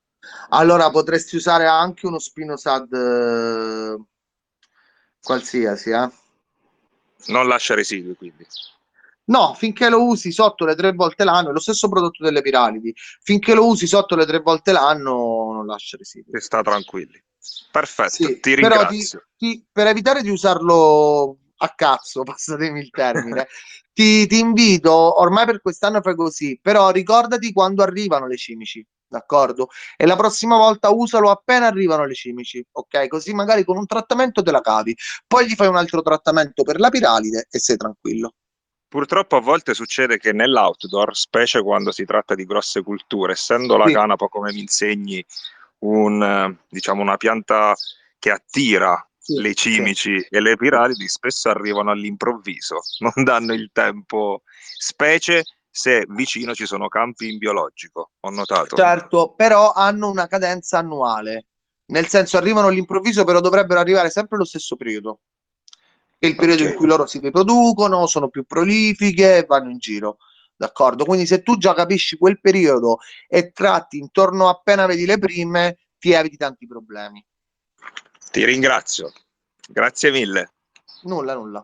S2: Allora potresti usare anche uno Spinosad eh, qualsiasi, eh?
S7: Non lascia residui, quindi.
S2: No, finché lo usi sotto le tre volte l'anno, è lo stesso prodotto delle piralidi, finché lo usi sotto le tre volte l'anno non lascia residui.
S7: Si sta tranquilli. Perfetto,
S2: Sì,
S7: ti
S2: però ti,
S7: ringrazio.
S2: ti- per evitare di usarlo a cazzo, passatemi il termine, ti, ti invito, ormai per quest'anno fai così, però ricordati quando arrivano le cimici, d'accordo? E la prossima volta usalo appena arrivano le cimici, ok? Così magari con un trattamento te la cavi, poi gli fai un altro trattamento per la piralide e sei tranquillo.
S7: Purtroppo a volte succede che nell'outdoor, specie quando si tratta di grosse culture, essendo la
S2: Sì,
S7: canapa, come mi insegni, un, eh, diciamo una pianta che attira
S2: sì,
S7: le
S2: sì.
S7: cimici e le piralidi, spesso arrivano all'improvviso, non danno il tempo, specie se vicino ci sono campi in biologico, ho notato.
S2: Certo, però hanno una cadenza annuale, nel senso arrivano all'improvviso, però dovrebbero arrivare sempre allo stesso periodo. È il periodo in
S7: Ok.
S2: cui loro si riproducono, sono più prolifiche e vanno in giro. D'accordo? Quindi se tu già capisci quel periodo e tratti intorno appena vedi le prime, ti eviti tanti problemi.
S7: Ti ringrazio, grazie mille.
S2: Nulla, nulla.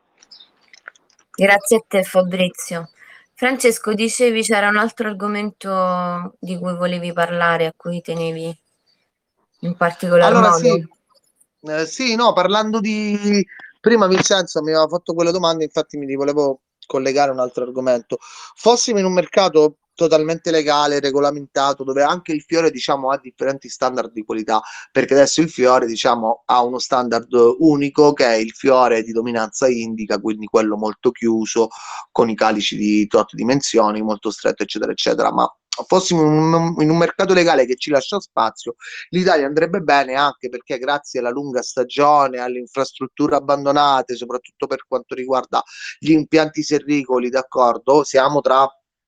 S1: Grazie a te Fabrizio. Francesco, dicevi c'era un altro argomento di cui volevi parlare, a cui tenevi in particolar
S2: Allora
S1: modo.
S2: sì, eh, sì, no, parlando di... Prima Vincenzo mi aveva fatto quelle domande, infatti mi volevo collegare a un altro argomento. Fossimo in un mercato totalmente legale, regolamentato, dove anche il fiore, diciamo, ha differenti standard di qualità, perché adesso il fiore, diciamo, ha uno standard unico che è il fiore di dominanza indica, quindi quello molto chiuso, con i calici di tot dimensioni, molto stretto, eccetera, eccetera, ma fossimo in un, in un mercato legale che ci lascia spazio, l'Italia andrebbe bene, anche perché grazie alla lunga stagione, alle infrastrutture abbandonate, soprattutto per quanto riguarda gli impianti serricoli, d'accordo, siamo tra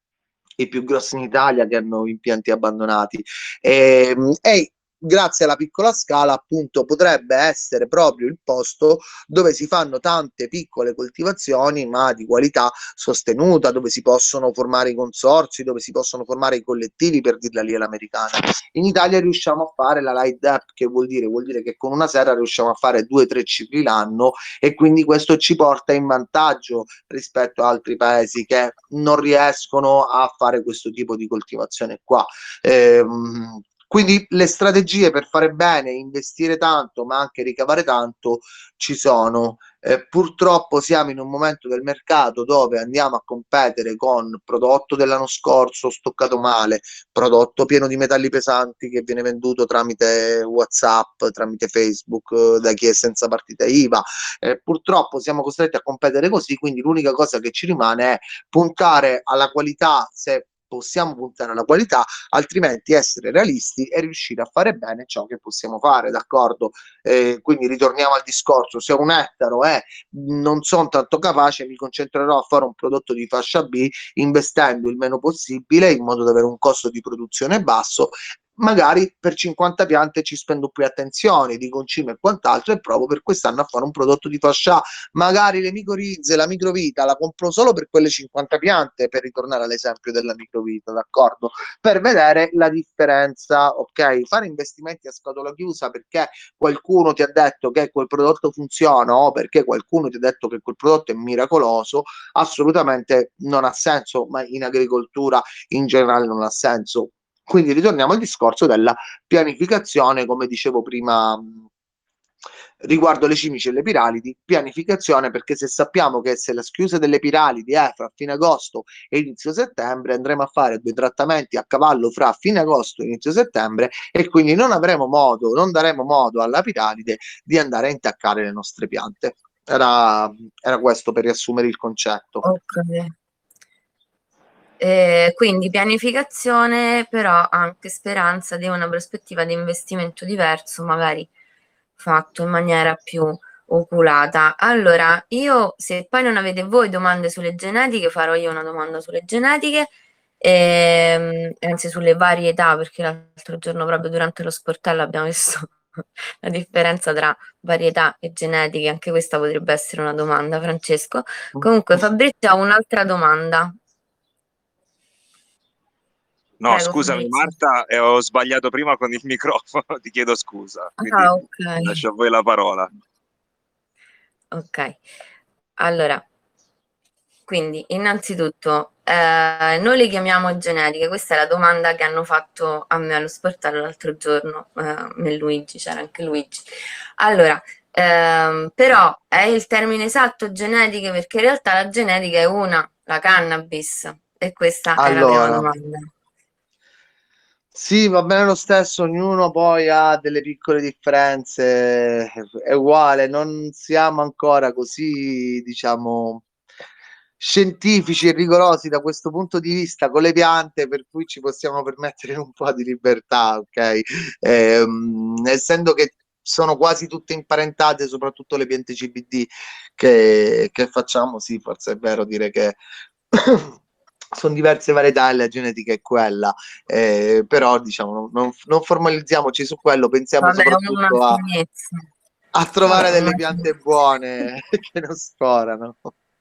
S2: i più grossi in Italia che hanno impianti abbandonati, e, e grazie alla piccola scala appunto potrebbe essere proprio il posto dove si fanno tante piccole coltivazioni ma di qualità sostenuta, dove si possono formare i consorzi, dove si possono formare i collettivi, per dirla lì all'americana. In Italia riusciamo a fare la light dep, che vuol dire? Vuol dire che con una serra riusciamo a fare due o tre cicli l'anno, e quindi questo ci porta in vantaggio rispetto a altri paesi che non riescono a fare questo tipo di coltivazione qua. Ehm, quindi le strategie per fare bene, investire tanto ma anche ricavare tanto ci sono. Eh, purtroppo siamo in un momento del mercato dove andiamo a competere con prodotto dell'anno scorso stoccato male, prodotto pieno di metalli pesanti che viene venduto tramite WhatsApp, tramite Facebook, eh, da chi è senza partita I V A. Eh, purtroppo siamo costretti a competere così, quindi l'unica cosa che ci rimane è puntare alla qualità, se possiamo puntare alla qualità, altrimenti essere realisti e riuscire a fare bene ciò che possiamo fare, d'accordo? Eh, quindi ritorniamo al discorso: se un ettaro è non sono tanto capace, mi concentrerò a fare un prodotto di fascia B, investendo il meno possibile in modo da avere un costo di produzione basso. Magari per cinquanta piante ci spendo più attenzione di concime e quant'altro, e provo per quest'anno a fare un prodotto di fascia A. Magari le micorizze, la microvita la compro solo per quelle cinquanta piante, per ritornare all'esempio della microvita, d'accordo? Per vedere la differenza, ok? Fare investimenti a scatola chiusa perché qualcuno ti ha detto che quel prodotto funziona, o perché qualcuno ti ha detto che quel prodotto è miracoloso, assolutamente non ha senso, ma in agricoltura in generale non ha senso. Quindi ritorniamo al discorso della pianificazione, come dicevo prima riguardo le cimici e le piralidi. Pianificazione, perché se sappiamo che se la schiusa delle piralidi è fra fine agosto e inizio settembre, andremo a fare due trattamenti a cavallo fra fine agosto e inizio settembre, e quindi non avremo modo, non daremo modo alla piralide di andare a intaccare le nostre piante. Era, era questo per riassumere il concetto.
S1: Ok. Eh, quindi pianificazione, però anche speranza di una prospettiva di investimento diverso, magari fatto in maniera più oculata. Allora, io, se poi non avete voi domande sulle genetiche, farò io una domanda sulle genetiche, ehm, anzi sulle varietà, perché l'altro giorno proprio durante lo sportello abbiamo visto la differenza tra varietà e genetiche. Anche questa potrebbe essere una domanda, Francesco. Comunque Fabrizio ha un'altra domanda.
S7: No,
S1: Prego,
S7: scusami
S1: Fabrizio.
S7: Marta, eh, ho sbagliato prima con il microfono, ti chiedo scusa, quindi
S1: Ah, ok.
S7: lascio a voi la parola.
S1: Ok, allora, quindi innanzitutto eh, noi le chiamiamo genetiche. Questa è la domanda che hanno fatto a me allo sportello l'altro giorno, eh, me Luigi, c'era anche Luigi. Allora, ehm, però è il termine esatto genetiche, perché in realtà la genetica è una, la cannabis, e questa è la prima
S2: Allora,
S1: domanda.
S2: sì, va bene lo stesso, ognuno poi ha delle piccole differenze, è uguale, non siamo ancora così, diciamo, scientifici e rigorosi da questo punto di vista con le piante, per cui ci possiamo permettere un po' di libertà, ok? Ehm, essendo che sono quasi tutte imparentate, soprattutto le piante C B D che, che facciamo, sì, forse è vero dire che sono diverse varietà e la genetica è quella, eh, però diciamo non, non formalizziamoci su quello, pensiamo
S1: Vabbè, è una
S2: soprattutto a,
S1: finezza.
S2: a trovare
S1: Vabbè,
S2: delle
S1: una
S2: piante
S1: finezza.
S2: buone che non sforano.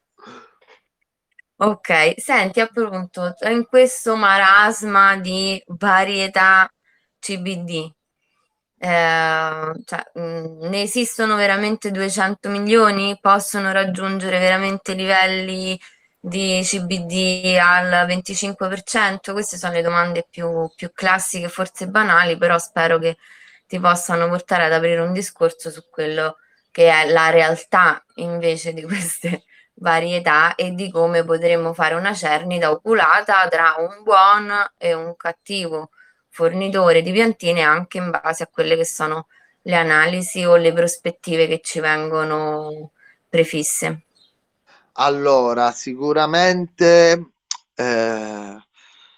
S1: Ok, senti, appunto, in questo marasma di varietà C B D, eh, cioè, mh, ne esistono veramente duecento milioni? Possono raggiungere veramente livelli di C B D al venticinque per cento? Queste sono le domande più, più classiche, forse banali, però spero che ti possano portare ad aprire un discorso su quello che è la realtà invece di queste varietà, e di come potremmo fare una cernita oculata tra un buon e un cattivo fornitore di piantine, anche in base a quelle che sono le analisi o le prospettive che ci vengono prefisse.
S2: Allora, sicuramente eh,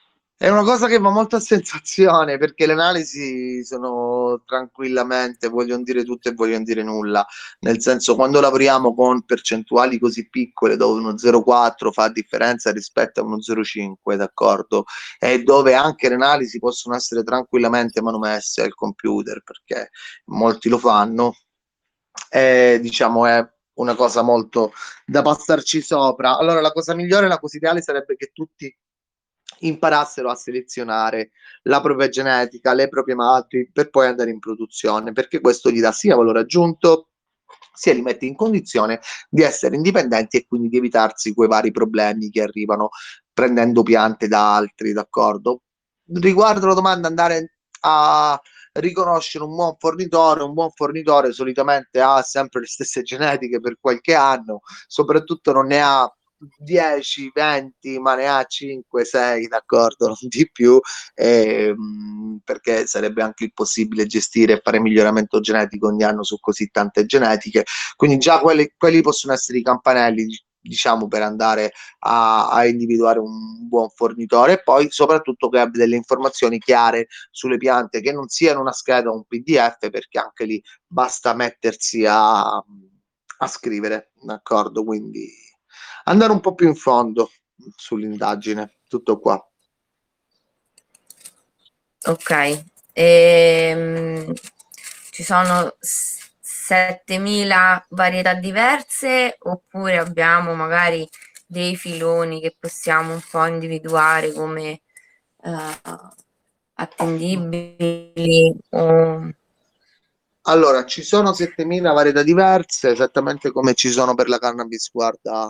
S2: È una cosa che va molto a sensazione, perché le analisi sono tranquillamente, vogliono dire tutto e vogliono dire nulla. Nel senso, quando lavoriamo con percentuali così piccole, dove uno zero virgola quattro fa differenza rispetto a uno zero virgola cinque, d'accordo? E dove anche le analisi possono essere tranquillamente manomesse al computer, perché molti lo fanno, e diciamo è una cosa molto da passarci sopra. Allora, la cosa migliore, la cosa ideale sarebbe che tutti imparassero a selezionare la propria genetica, le proprie matrici, per poi andare in produzione, perché questo gli dà sia valore aggiunto, sia li mette in condizione di essere indipendenti e quindi di evitarsi quei vari problemi che arrivano prendendo piante da altri, d'accordo? Riguardo la domanda, andare a riconoscere un buon fornitore, un buon fornitore solitamente ha sempre le stesse genetiche per qualche anno, soprattutto non ne ha dieci, venti, ma ne ha cinque, sei, d'accordo, non di più, ehm, perché sarebbe anche impossibile gestire e fare miglioramento genetico ogni anno su così tante genetiche, quindi già quelli, quelli possono essere i campanelli, diciamo, per andare a, a individuare un buon fornitore, e poi soprattutto che abbia delle informazioni chiare sulle piante, che non siano una scheda o un P D F, perché anche lì basta mettersi a, a scrivere, d'accordo? Quindi andare un po' più in fondo sull'indagine, tutto qua.
S1: Ok, ehm, ci sono settemila varietà diverse, oppure abbiamo magari dei filoni che possiamo un po' individuare come eh, attendibili o...
S2: Allora, ci sono settemila varietà diverse, esattamente come ci sono per la cannabis, guarda,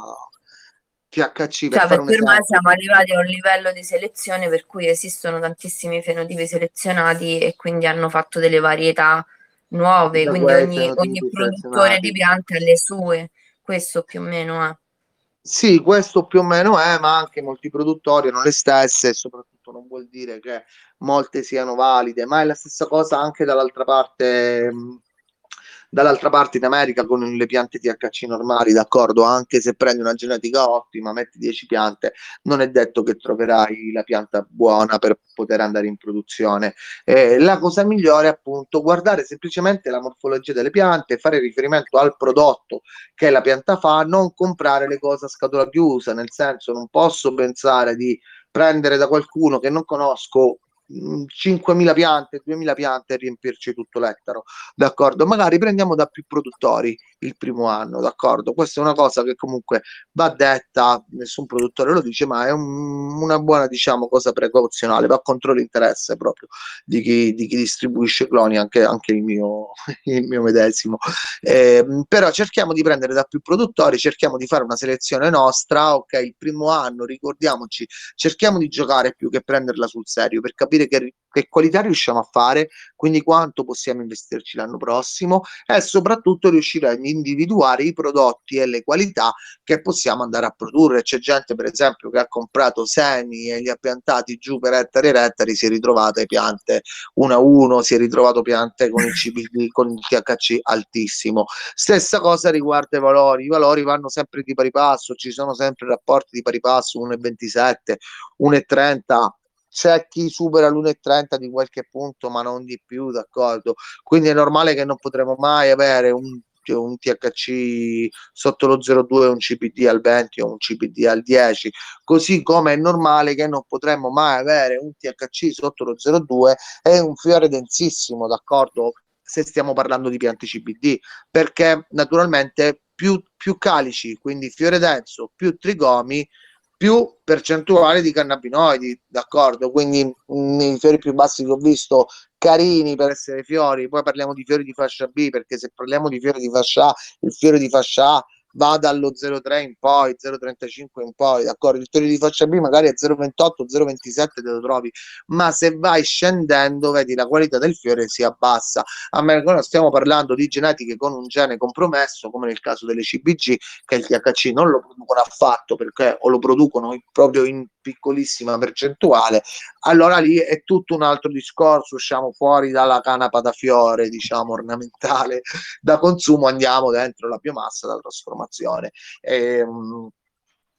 S2: T H C, per
S1: Cioè,
S2: fare un
S1: perché ormai
S2: esempio.
S1: siamo arrivati a un livello di selezione per cui esistono tantissimi fenotipi selezionati e quindi hanno fatto delle varietà nuove,
S2: Da
S1: quindi
S2: quei
S1: ogni, ogni
S2: fenotipi
S1: produttore di
S2: selezionati.
S1: piante ha le sue, questo più o meno è.
S2: Sì, questo più o meno è, ma anche molti produttori hanno le stesse, e soprattutto non vuol dire che molte siano valide, ma è la stessa cosa anche dall'altra parte, mh, dall'altra parte in America con le piante T H C normali, d'accordo? Anche se prendi una genetica ottima, metti dieci piante, non è detto che troverai la pianta buona per poter andare in produzione. Eh, la cosa migliore è appunto guardare semplicemente la morfologia delle piante, fare riferimento al prodotto che la pianta fa, non comprare le cose a scatola chiusa, nel senso, non posso pensare di prendere da qualcuno che non conosco mh, cinquemila piante, duemila piante e riempirci tutto l'ettaro, d'accordo? Magari prendiamo da più produttori il primo anno, d'accordo? Questa è una cosa che comunque va detta, nessun produttore lo dice, ma è un, una buona, diciamo, cosa precauzionale, va contro l'interesse proprio di chi, di chi distribuisce cloni, anche, anche il mio, il mio medesimo. Eh, però cerchiamo di prendere da più produttori, cerchiamo di fare una selezione nostra, ok? Il primo anno, ricordiamoci, cerchiamo di giocare più che prenderla sul serio, per capire che, che qualità riusciamo a fare, quindi quanto possiamo investirci l'anno prossimo, e soprattutto riuscire a individuare i prodotti e le qualità che possiamo andare a produrre. C'è gente, per esempio, che ha comprato semi e li ha piantati giù per ettari e ettari, si è ritrovate piante uno a uno, si è ritrovato piante con il C B D, con il T H C altissimo. Stessa cosa riguarda i valori, i valori vanno sempre di pari passo, ci sono sempre rapporti di pari passo, uno virgola ventisette, uno virgola trenta, c'è chi supera l'uno virgola trenta di qualche punto, ma non di più, d'accordo? Quindi è normale che non potremo mai avere un un T H C sotto lo zero virgola due, un C B D al venti o un C B D al dieci, così come è normale che non potremo mai avere un T H C sotto lo zero virgola due e un fiore densissimo, d'accordo? Se stiamo parlando di piante C B D, perché naturalmente più, più calici, quindi fiore denso, più trigomi, più percentuale di cannabinoidi, d'accordo? Quindi mh, i fiori più bassi che ho visto, carini per essere fiori, poi parliamo di fiori di fascia B, perché se parliamo di fiori di fascia A, il fiore di fascia A va dallo zero virgola tre in poi, zero virgola trentacinque in poi, d'accordo? Il fiore di fascia B magari è zero virgola ventotto, zero virgola ventisette te lo trovi, ma se vai scendendo, vedi, la qualità del fiore si abbassa, a meno che non stiamo parlando di genetiche con un gene compromesso, come nel caso delle C B G, che il T H C non lo producono affatto, perché o lo producono in, proprio in piccolissima percentuale, allora lì è tutto un altro discorso, usciamo fuori dalla canapa da fiore, diciamo, ornamentale da consumo, andiamo dentro la biomassa da trasformazione. E,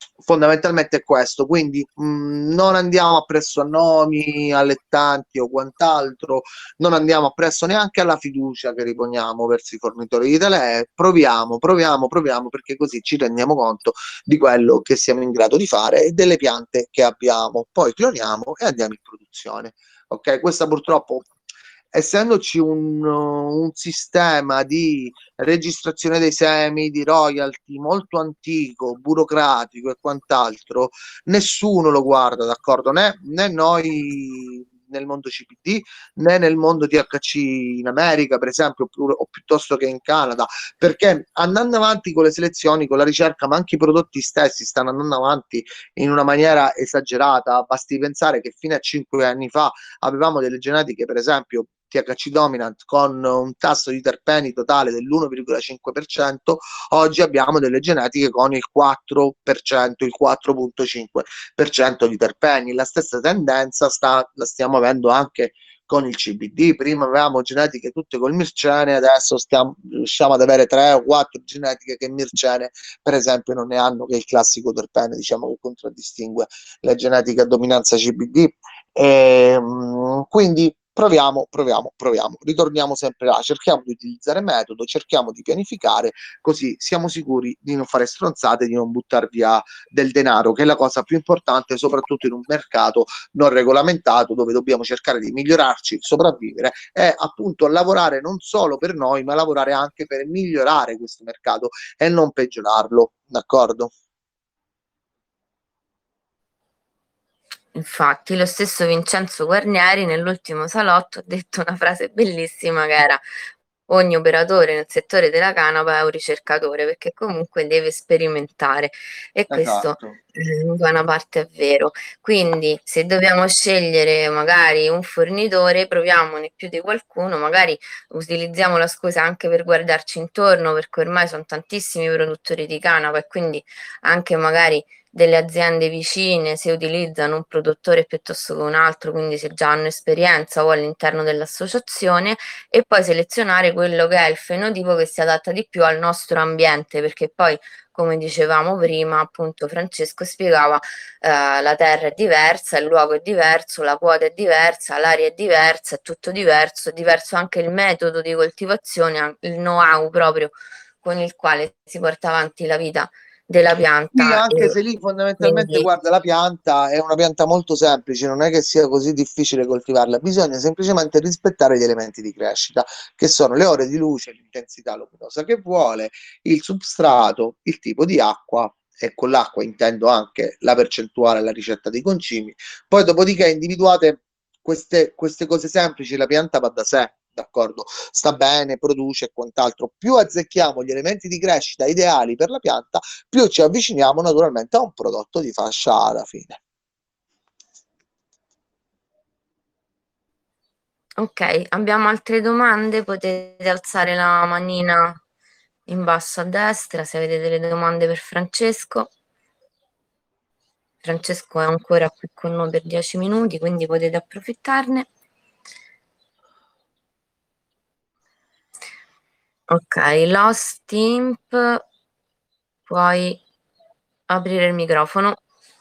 S2: fondamentalmente è questo, quindi mh, non andiamo appresso a nomi allettanti o quant'altro, non andiamo appresso neanche alla fiducia che riponiamo verso i fornitori di tele, proviamo, proviamo, proviamo, perché così ci rendiamo conto di quello che siamo in grado di fare e delle piante che abbiamo, poi cloniamo e andiamo in produzione. Ok, questa purtroppo, essendoci un, un sistema di registrazione dei semi, di royalty molto antico, burocratico e quant'altro, nessuno lo guarda, d'accordo? Né, né noi nel mondo C B D, né nel mondo T H C in America, per esempio, o piuttosto che in Canada, perché andando avanti con le selezioni, con la ricerca, ma anche i prodotti stessi stanno andando avanti in una maniera esagerata. Basti pensare che fino a cinque anni fa avevamo delle genetiche, per esempio T H C dominant, con un tasso di terpeni totale dell'uno virgola cinque per cento, oggi abbiamo delle genetiche con il quattro per cento, il quattro virgola cinque per cento di terpeni. La stessa tendenza sta, la stiamo avendo anche con il C B D. Prima avevamo genetiche tutte col mircene, adesso stiamo, riusciamo ad avere tre o quattro genetiche che mircene, per esempio, non ne hanno, che il classico terpene, diciamo, che contraddistingue le genetiche a dominanza C B D. E, quindi proviamo, proviamo, proviamo, ritorniamo sempre là, cerchiamo di utilizzare metodo, cerchiamo di pianificare, così siamo sicuri di non fare stronzate, di non buttare via del denaro, che è la cosa più importante, soprattutto in un mercato non regolamentato, dove dobbiamo cercare di migliorarci, sopravvivere e appunto lavorare non solo per noi, ma lavorare anche per migliorare questo mercato e non peggiorarlo, d'accordo?
S1: Infatti, lo stesso Vincenzo Guarnieri nell'ultimo salotto ha detto una frase bellissima che era: ogni operatore nel settore della canapa è un ricercatore, perché comunque deve sperimentare, e questo
S2: Esatto.
S1: eh, da una parte è vero. Quindi se dobbiamo scegliere magari un fornitore, proviamone più di qualcuno, magari utilizziamo la scusa anche per guardarci intorno, perché ormai sono tantissimi produttori di canapa e quindi anche magari delle aziende vicine, se utilizzano un produttore piuttosto che un altro, quindi se già hanno esperienza o all'interno dell'associazione, e poi selezionare quello che è il fenotipo che si adatta di più al nostro ambiente, perché poi, come dicevamo prima, appunto Francesco spiegava, eh, la terra è diversa, il luogo è diverso, la quota è diversa, l'aria è diversa, è tutto diverso, è diverso anche il metodo di coltivazione, il know-how proprio con il quale si porta avanti la vita della pianta.
S2: Sì, anche
S1: E
S2: se lì fondamentalmente,
S1: quindi
S2: guarda, la pianta è una pianta molto semplice, non è che sia così difficile coltivarla, bisogna semplicemente rispettare gli elementi di crescita, che sono le ore di luce, l'intensità luminosa che vuole, il substrato, il tipo di acqua, e con l'acqua intendo anche la percentuale, la ricetta dei concimi. Poi dopodiché individuate queste, queste cose semplici, la pianta va da sé. D'accordo, sta bene, produce e quant'altro. Più azzecchiamo gli elementi di crescita ideali per la pianta, più ci avviciniamo naturalmente a un prodotto di fascia alla fine.
S1: ok, abbiamo altre domande? Potete alzare la manina in basso a destra se avete delle domande per Francesco. Francesco è ancora qui con noi per dieci minuti, quindi potete approfittarne. Ok, Lost Imp, puoi aprire il microfono.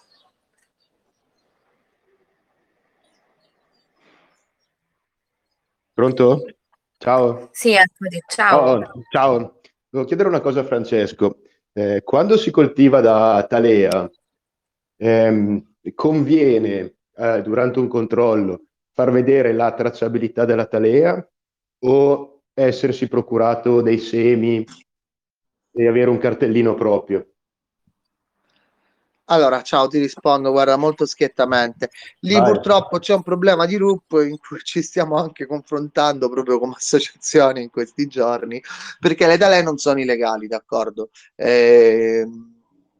S8: Pronto? Ciao.
S1: Sì, eccoti, ciao.
S8: Oh, ciao. Devo chiedere una cosa a Francesco. Eh, quando si coltiva da talea, ehm, conviene eh, durante un controllo far vedere la tracciabilità della talea o essersi procurato dei semi e avere un cartellino proprio?
S2: Allora, ciao, ti rispondo, guarda, molto schiettamente. Lì
S8: Vai.
S2: purtroppo c'è un problema di R U P in cui ci stiamo anche confrontando proprio come associazione in questi giorni, perché le talee non sono illegali, d'accordo? Ehm,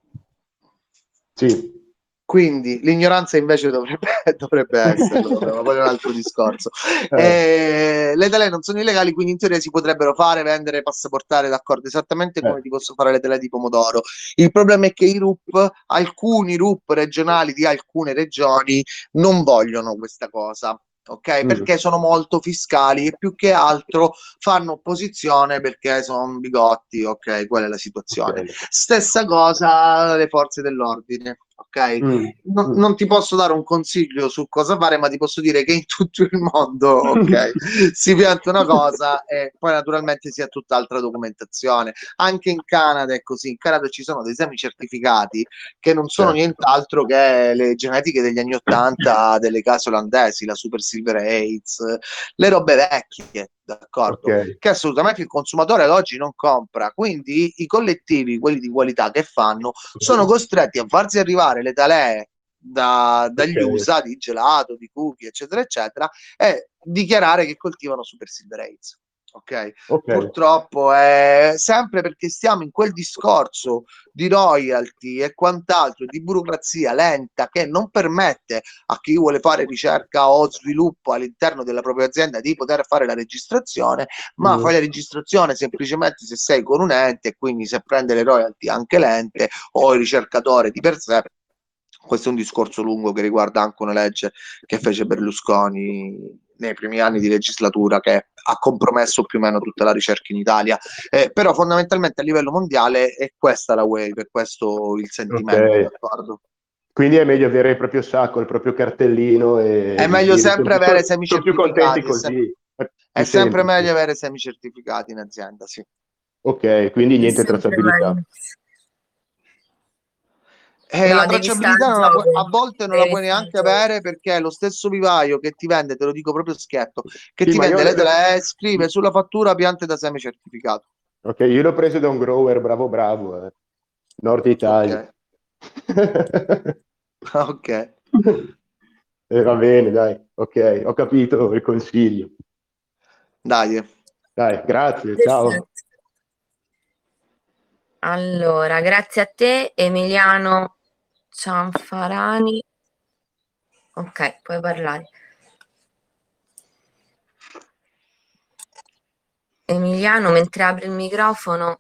S8: Sì.
S2: Quindi l'ignoranza invece dovrebbe, dovrebbe esserlo, vabbè, ma poi è un altro discorso.
S8: Eh,
S2: Eh, le talee non sono illegali, quindi in teoria si potrebbero fare, vendere, passaportare, d'accordo, esattamente come
S8: eh.
S2: ti posso fare le talee di pomodoro. Il problema è che i R U P, alcuni R U P regionali di alcune regioni non vogliono questa cosa. ok?
S8: Mm.
S2: Perché sono molto fiscali e più che altro fanno opposizione perché sono bigotti, ok? Qual è la situazione?
S8: Ok.
S2: Stessa cosa le forze dell'ordine, ok?
S8: Mm.
S2: Non,
S8: Mm.
S2: non ti posso dare un consiglio su cosa fare, ma ti posso dire che in tutto il mondo, ok, si pianta una cosa e poi naturalmente si ha tutt'altra documentazione. Anche in Canada è così. In Canada ci sono dei semi certificati che non sono
S8: Certo.
S2: nient'altro che le genetiche degli anni ottanta delle case olandesi, la Super Silver AIDS, le robe vecchie, d'accordo?
S8: Ok.
S2: Che assolutamente il consumatore ad oggi non compra. Quindi i collettivi, quelli di qualità che fanno, sono costretti a farsi arrivare le talee da, dagli
S8: Ok.
S2: U S A di gelato, di cookie, eccetera, eccetera, e dichiarare che coltivano Super Silver AIDS. Ok?
S8: Ok.
S2: Purtroppo è sempre perché stiamo in quel discorso di royalty e quant'altro, di burocrazia lenta che non permette a chi vuole fare ricerca o sviluppo all'interno della propria azienda di poter fare la registrazione, ma
S8: Mm.
S2: fai la registrazione semplicemente se sei con un ente e quindi se prende le royalty anche l'ente o il ricercatore di per sé. Questo è un discorso lungo che riguarda anche una legge che fece Berlusconi nei primi anni di legislatura, che ha compromesso più o meno tutta la ricerca in Italia, eh, però fondamentalmente a livello mondiale è questa la wave, è questo il sentimento,
S8: Ok.
S2: d'accordo?
S8: Quindi è meglio avere il proprio sacco, il proprio cartellino e
S2: È meglio
S8: dire
S2: sempre
S8: sono,
S2: avere
S8: sono più contenti
S2: semi-certificati, è, sem-
S8: così, è
S2: è
S8: più
S2: sempre
S8: semplice.
S2: meglio avere semi-certificati in azienda, sì.
S8: Ok, quindi
S1: È
S8: niente
S1: sempre
S8: tracciabilità.
S1: meglio.
S2: Eh, la
S1: No, devi stare
S2: tracciabilità
S1: al
S2: non la puoi- a
S1: gioco.
S2: volte non la
S1: Devi
S2: puoi
S1: stare al
S2: neanche
S1: gioco.
S2: avere perché lo stesso vivaio che ti vende, te lo dico proprio schietto, che
S8: Sì,
S2: ti
S8: ma io,
S2: vende le tele, eh, scrive sulla fattura piante da semi certificato.
S8: ok, io l'ho preso da un grower, bravo bravo, eh. Nord Italia.
S2: Ok, ok.
S8: Eh, va bene, dai, ok, ho capito il consiglio.
S2: Dai.
S8: Dai, grazie, ciao.
S1: Perfetto. Allora, grazie a te, Emiliano Cianfarani. Ok, puoi parlare. Emiliano, mentre apri il microfono,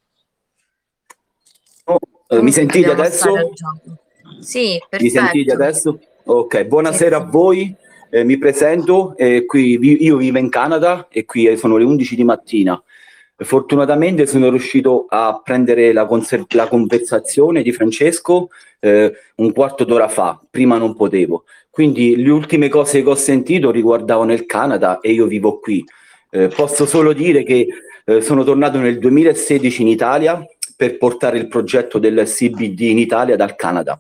S9: Oh, eh, mi
S1: comunque
S9: sentite
S1: dobbiamo stare al
S9: adesso?
S1: gioco. Sì,
S9: Mi sentite
S1: perfetto.
S9: adesso? Ok,
S1: Sì,
S9: buonasera a
S1: sì.
S9: voi. Eh, mi presento, eh, qui, vi- io vivo in Canada e qui eh, sono le undici di mattina. Fortunatamente sono riuscito a prendere la, conser- la conversazione di Francesco eh, un quarto d'ora fa, prima non potevo. Quindi le ultime cose che ho sentito riguardavano il Canada e io vivo qui. Eh, posso solo dire che eh, sono tornato nel duemilasedici in Italia per portare il progetto del C B D in Italia dal Canada.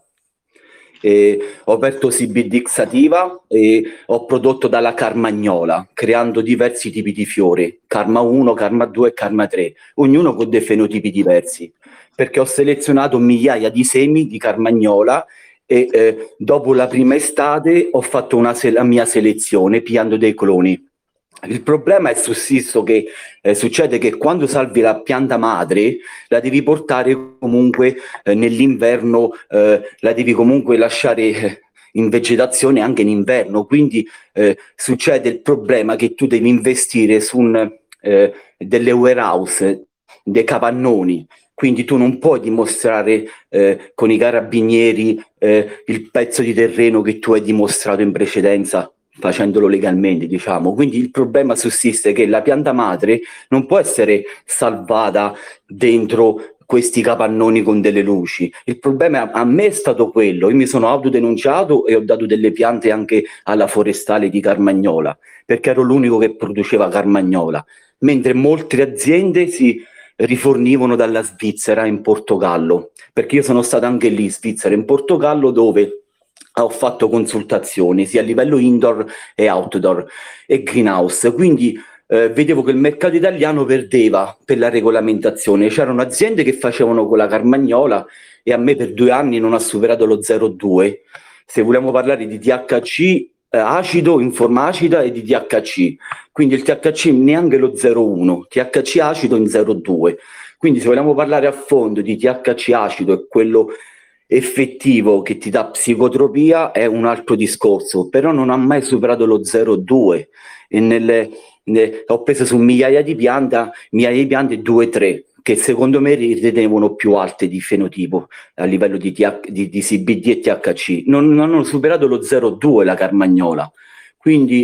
S9: E ho aperto C B D Xativa e ho prodotto dalla Carmagnola, creando diversi tipi di fiori, Karma uno, Karma due e Karma tre, ognuno con dei fenotipi diversi, perché ho selezionato migliaia di semi di Carmagnola e eh, dopo la prima estate ho fatto una se- la mia selezione pigliando dei cloni. Il problema è sussisto che eh, succede che quando salvi la pianta madre la devi portare comunque eh, nell'inverno, eh, la devi comunque lasciare eh, in vegetazione anche in inverno, quindi eh, succede il problema che tu devi investire su un, eh, delle warehouse, dei capannoni, quindi tu non puoi dimostrare eh, con i carabinieri eh, il pezzo di terreno che tu hai dimostrato in precedenza facendolo legalmente, diciamo. Quindi il problema sussiste che la pianta madre non può essere salvata dentro questi capannoni con delle luci. Il problema a me è stato quello, io mi sono autodenunciato e ho dato delle piante anche alla forestale di Carmagnola, perché ero l'unico che produceva Carmagnola, mentre molte aziende si rifornivano dalla Svizzera in Portogallo, perché io sono stato anche lì in Svizzera, in Portogallo, dove ho fatto consultazioni sia a livello indoor e outdoor e greenhouse, quindi eh, vedevo che il mercato italiano perdeva per la regolamentazione. C'erano aziende che facevano con la Carmagnola e a me per due anni non ha superato lo zero virgola due. Se vogliamo parlare di T H C eh, acido in forma acida e di T H C, quindi il T H C neanche lo zero virgola uno, T H C acido in zero virgola due. Quindi se vogliamo parlare a fondo di T H C acido e quello effettivo che ti dà psicotropia è un altro discorso, però non ha mai superato lo zero virgola due e nelle, ne, ho preso su migliaia di piante, migliaia di piante due tre che secondo me ritenevano più alte di fenotipo a livello di, T H, di, di C B D e T H C, non, non hanno superato lo zero virgola due la Carmagnola, quindi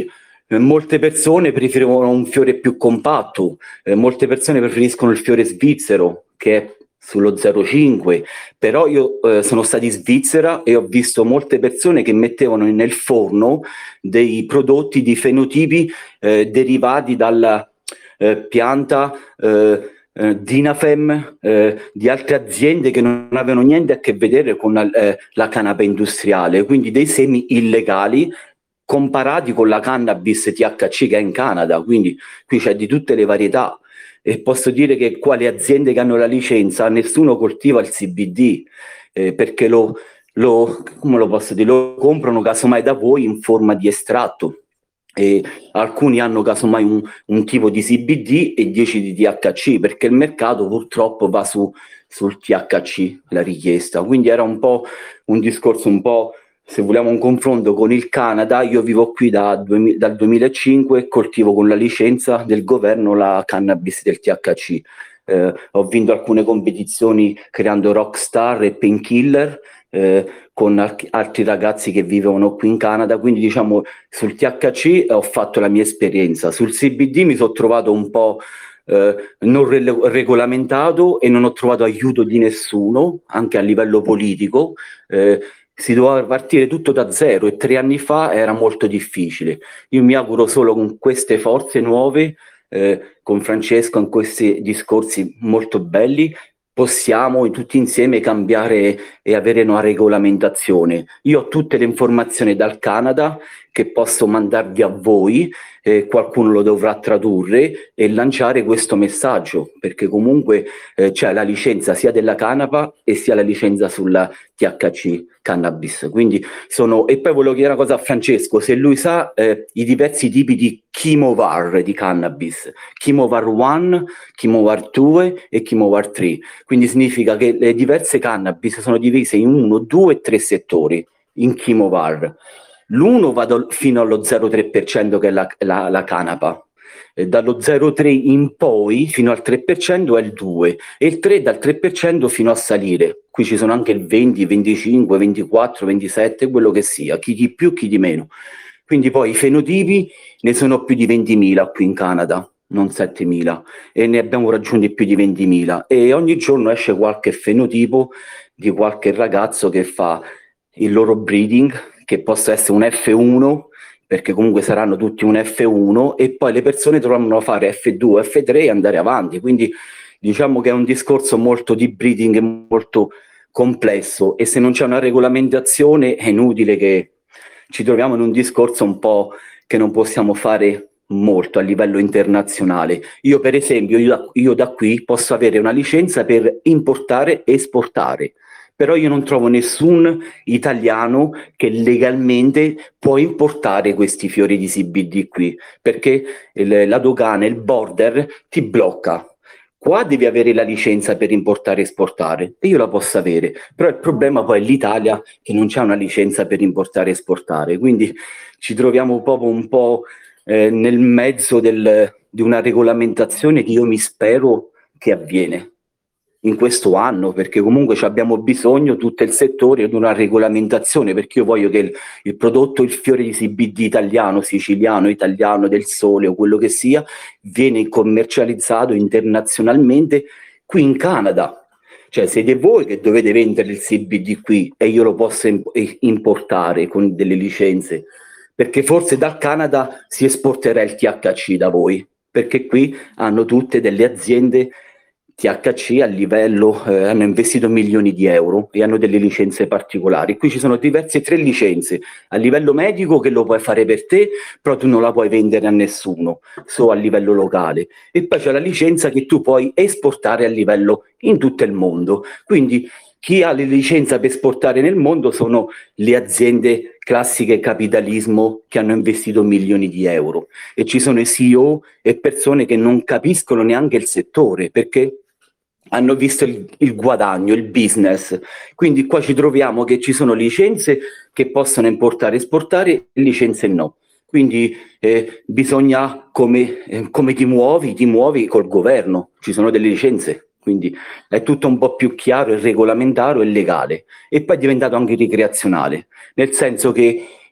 S9: Eh, molte persone preferivano un fiore più compatto, eh, molte persone preferiscono il fiore svizzero, che è sullo zero virgola cinque, però io eh, sono stato in Svizzera e ho visto molte persone che mettevano nel forno dei prodotti di fenotipi eh, derivati dalla eh, pianta eh, eh, Dinafem, eh, di altre aziende che non avevano niente a che vedere con la, eh, la canapa industriale, quindi dei semi illegali comparati con la cannabis T H C che è in Canada, quindi qui c'è di tutte le varietà. E posso dire che qua le aziende che hanno la licenza, nessuno coltiva il C B D, eh, perché lo, lo, come lo posso dire, lo comprano casomai da voi in forma di estratto. E alcuni hanno casomai un, un tipo di C B D e dieci di T H C, perché il mercato purtroppo va su, sul T H C, la richiesta. Quindi era un po' un discorso un po', se vogliamo un confronto con il Canada. Io vivo qui da, dal duemilacinque e coltivo con la licenza del governo la cannabis del T H C. Eh, ho vinto alcune competizioni creando Rockstar e Painkiller eh, con al- altri ragazzi che vivevano qui in Canada, quindi diciamo sul T H C ho fatto la mia esperienza. Sul C B D mi sono trovato un po' eh, non re- regolamentato e non ho trovato aiuto di nessuno, anche a livello politico. Eh, si doveva partire tutto da zero e tre anni fa era molto difficile. Io mi auguro solo con queste forze nuove, eh, con Francesco, in questi discorsi molto belli, possiamo tutti insieme cambiare e avere una regolamentazione. Io ho tutte le informazioni dal Canada che posso mandarvi a voi, eh, qualcuno lo dovrà tradurre e lanciare questo messaggio, perché comunque eh, c'è la licenza sia della canapa e sia la licenza sulla T H C cannabis. Quindi sono, e poi volevo chiedere una cosa a Francesco, se lui sa eh, i diversi tipi di Chemovar di cannabis, Chemovar uno, Chemovar due e Chemovar tre. Quindi significa che le diverse cannabis sono divise in uno, due e tre settori in Chemovar. L'uno va fino allo zero virgola tre per cento che è la, la, la canapa, e dallo zero virgola tre in poi fino al tre per cento è il due e il tre dal tre per cento fino a salire. Qui ci sono anche il venti, venticinque, ventiquattro, ventisette, quello che sia, chi di più, chi di meno. Quindi poi i fenotipi ne sono più di ventimila qui in Canada, non settemila, e ne abbiamo raggiunti più di ventimila e ogni giorno esce qualche fenotipo di qualche ragazzo che fa il loro breeding, che possa essere un F uno, perché comunque saranno tutti un F uno, e poi le persone dovranno fare F due, F tre e andare avanti. Quindi diciamo che è un discorso molto di breeding e molto complesso, e se non c'è una regolamentazione è inutile che ci troviamo in un discorso un po' che non possiamo fare molto a livello internazionale. Io per esempio, io da, io da qui posso avere una licenza per importare e esportare, però io non trovo nessun italiano che legalmente può importare questi fiori di C B D qui, perché il, la dogana, il border ti blocca. Qua devi avere la licenza per importare e esportare, e io la posso avere, però il problema poi è l'Italia che non c'ha una licenza per importare e esportare, quindi ci troviamo proprio un po' eh, nel mezzo del, di una regolamentazione che io mi spero che avviene in questo anno, perché comunque abbiamo bisogno tutto il settore di una regolamentazione, perché io voglio che il, il prodotto, il fiore di C B D italiano, siciliano, italiano, del sole o quello che sia, viene commercializzato internazionalmente qui in Canada. Cioè siete voi che dovete vendere il C B D qui e io lo posso importare con delle licenze, perché forse dal Canada si esporterà il T H C da voi, perché qui hanno tutte delle aziende T H C a livello, eh, hanno investito milioni di euro e hanno delle licenze particolari. Qui ci sono diverse tre licenze a livello medico che lo puoi fare per te, però tu non la puoi vendere a nessuno, solo a livello locale. E poi c'è la licenza che tu puoi esportare a livello in tutto il mondo. Quindi chi ha le licenze per esportare nel mondo sono le aziende classiche capitalismo che hanno investito milioni di euro, e ci sono i C E O e persone che non capiscono neanche il settore, perché hanno visto il, il guadagno, il business. Quindi qua ci troviamo che ci sono licenze che possono importare e esportare e licenze no. Quindi eh, bisogna, come, eh, come ti muovi, ti muovi col governo, ci sono delle licenze. Quindi è tutto un po' più chiaro e regolamentario e legale. E poi è diventato anche ricreazionale, nel senso che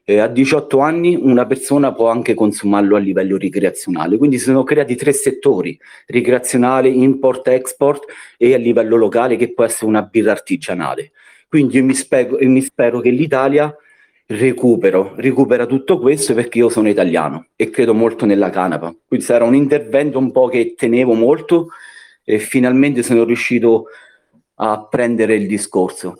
S9: eh, a diciotto anni una persona può anche consumarlo a livello ricreazionale. Quindi si sono creati tre settori: ricreazionale, import, export, e a livello locale che può essere una birra artigianale. Quindi io mi, spero, mi spero che l'Italia recupero, recupera tutto questo, perché io sono italiano e credo molto nella canapa. Quindi sarà un intervento un po' che tenevo molto e finalmente sono riuscito a prendere il discorso.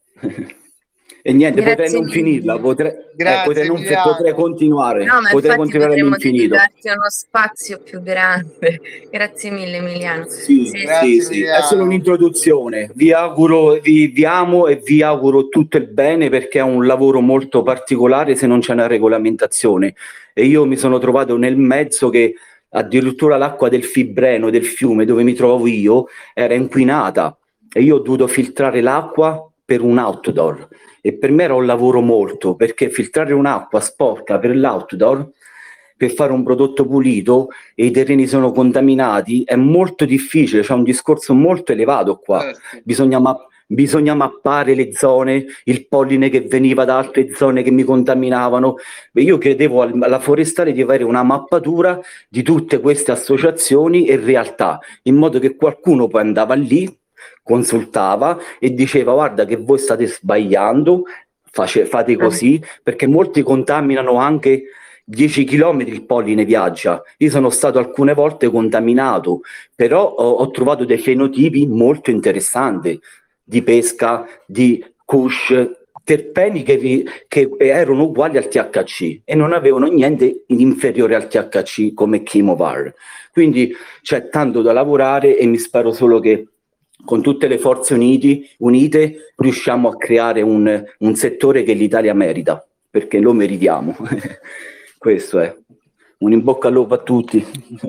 S9: E niente, potrei
S1: Grazie
S9: non
S1: mille.
S9: finirla, potrei, eh,
S2: Grazie
S9: potrei, non,
S2: Emiliano.
S9: potrei continuare,
S1: No, ma
S9: potrei
S1: infatti
S9: continuare
S1: potremmo
S9: all'infinito.
S1: dedicarti a uno spazio più grande. Grazie mille, Emiliano.
S9: Sì,
S1: Sì,
S2: Grazie
S9: sì, sì, è
S2: Emiliano.
S9: solo un'introduzione. Vi auguro, vi, vi amo e vi auguro tutto il bene, perché è un lavoro molto particolare se non c'è una regolamentazione. E io mi sono trovato nel mezzo che addirittura l'acqua del Fibreno, del fiume dove mi trovo io, era inquinata e io ho dovuto filtrare l'acqua per un outdoor. E per me era un lavoro molto, perché filtrare un'acqua sporca per l'outdoor, per fare un prodotto pulito e i terreni sono contaminati, è molto difficile, c'è un discorso molto elevato qua.
S2: Certo.
S9: Bisogna, ma- bisogna mappare le zone, il polline che veniva da altre zone che mi contaminavano. Beh, io chiedevo al- alla forestale di avere una mappatura di tutte queste associazioni e realtà, in modo che qualcuno poi andava lì, consultava e diceva: guarda che voi state sbagliando, face- fate così, perché molti contaminano anche dieci chilometri, il polline viaggia. Io sono stato alcune volte contaminato, però ho, ho trovato dei fenotipi molto interessanti di pesca, di kush, terpeni che, vi- che erano uguali al T H C e non avevano niente in inferiore al T H C come Chemovar. Quindi c'è tanto da lavorare e mi spero solo che con tutte le forze uniti, unite riusciamo a creare un, un settore che l'Italia merita, perché lo meritiamo. Questo è. Un in bocca al lupo a tutti.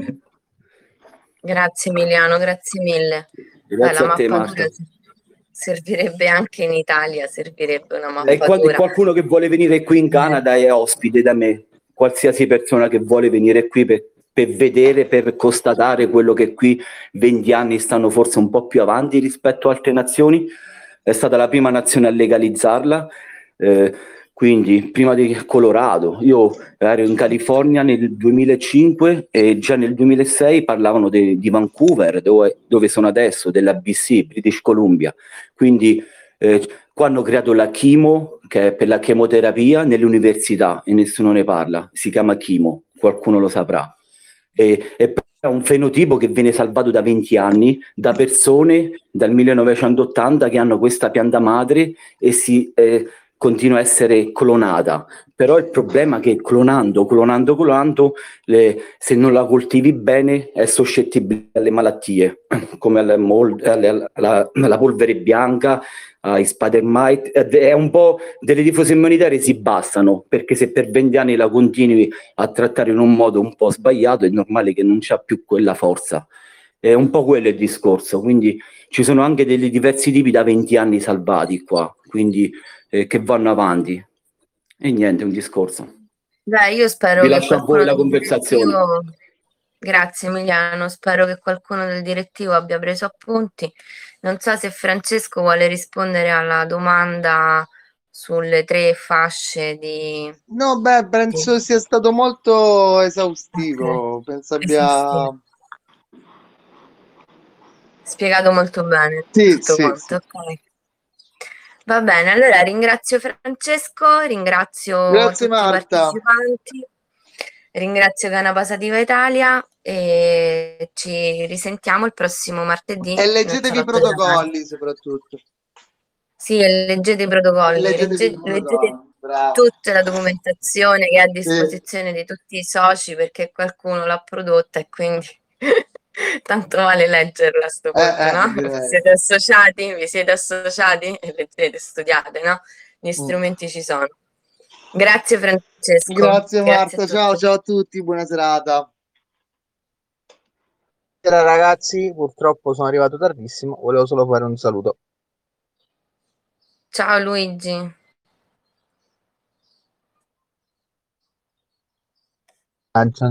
S1: Grazie Emiliano, grazie mille. Beh,
S9: Grazie
S1: la
S9: a te,
S1: mappatura
S9: Marta.
S1: servirebbe anche in Italia, servirebbe una
S9: E qual-
S1: mappatura.
S9: qualcuno che vuole venire qui in
S1: Eh,
S9: Canada è ospite da me. Qualsiasi persona che vuole venire qui per, per vedere, per constatare quello che qui venti anni stanno forse un po' più avanti rispetto a altre nazioni. È stata la prima nazione a legalizzarla. Eh, quindi prima di Colorado, io ero in California nel duemilacinque e già nel duemilasei parlavano de- di Vancouver, dove, dove sono adesso, della B C, British Columbia. Quindi eh, qua hanno creato la chemo, che è per la chemoterapia, nelle università e nessuno ne parla. Si chiama chemo, qualcuno lo saprà. E, e è un fenotipo che viene salvato da venti anni da persone dal millenovecentottanta che hanno questa pianta madre e si eh, continua a essere clonata. Però il problema è che clonando, clonando, clonando, le, se non la coltivi bene è suscettibile alle malattie, come alla, mol, alla, alla, alla polvere bianca, ai spider mite. È un po' delle difese immunitarie si bastano, perché se per venti anni la continui a trattare in un modo un po' sbagliato è normale che non c'ha più quella forza. È un po' quello il discorso, quindi ci sono anche dei diversi tipi da venti anni salvati qua, quindi eh, che vanno avanti. E niente, un discorso.
S1: Beh, io spero
S9: Vi
S1: che
S9: lascio a voi
S1: qualcuno
S9: la
S1: del
S9: conversazione.
S1: direttivo, grazie Emiliano, spero che qualcuno del direttivo abbia preso appunti. Non so se Francesco vuole rispondere alla domanda sulle tre fasce di...
S2: No, beh, penso
S1: di...
S2: sia stato molto
S1: Ok,
S2: esaustivo. Penso
S1: sì, sì, sì.
S2: abbia...
S1: Spiegato molto bene
S2: Sì,
S1: tutto
S2: sì, sì.
S1: quanto, ok. Va bene, allora ringrazio Francesco, ringrazio
S2: Grazie
S1: tutti i
S2: Marta.
S1: partecipanti, ringrazio Canapa Sativa Italia e ci risentiamo il prossimo martedì
S2: E
S1: nel
S2: leggetevi i
S1: salotto della Canapa.
S2: protocolli soprattutto.
S1: Sì, e leggete i
S2: E
S1: protocolli,
S2: leggetevi i
S1: legge- leggete
S2: protocolli. Bravo.
S1: tutta la documentazione che è a
S2: Sì.
S1: disposizione di tutti i soci perché qualcuno l'ha prodotta e quindi tanto vale leggerla a sto
S2: Eh,
S1: punto,
S2: eh,
S1: no?
S2: direi.
S1: Siete associati? Vi siete associati? E leggete, studiate, no? Gli
S2: Mm.
S1: strumenti ci sono. Grazie Francesco,
S2: Grazie
S1: grazie a
S2: Marta, ciao,
S1: tutti.
S2: ciao a tutti, buona serata.
S10: Buonasera ragazzi, purtroppo sono arrivato tardissimo, volevo solo fare un saluto.
S1: Ciao Luigi.
S10: Ah, già-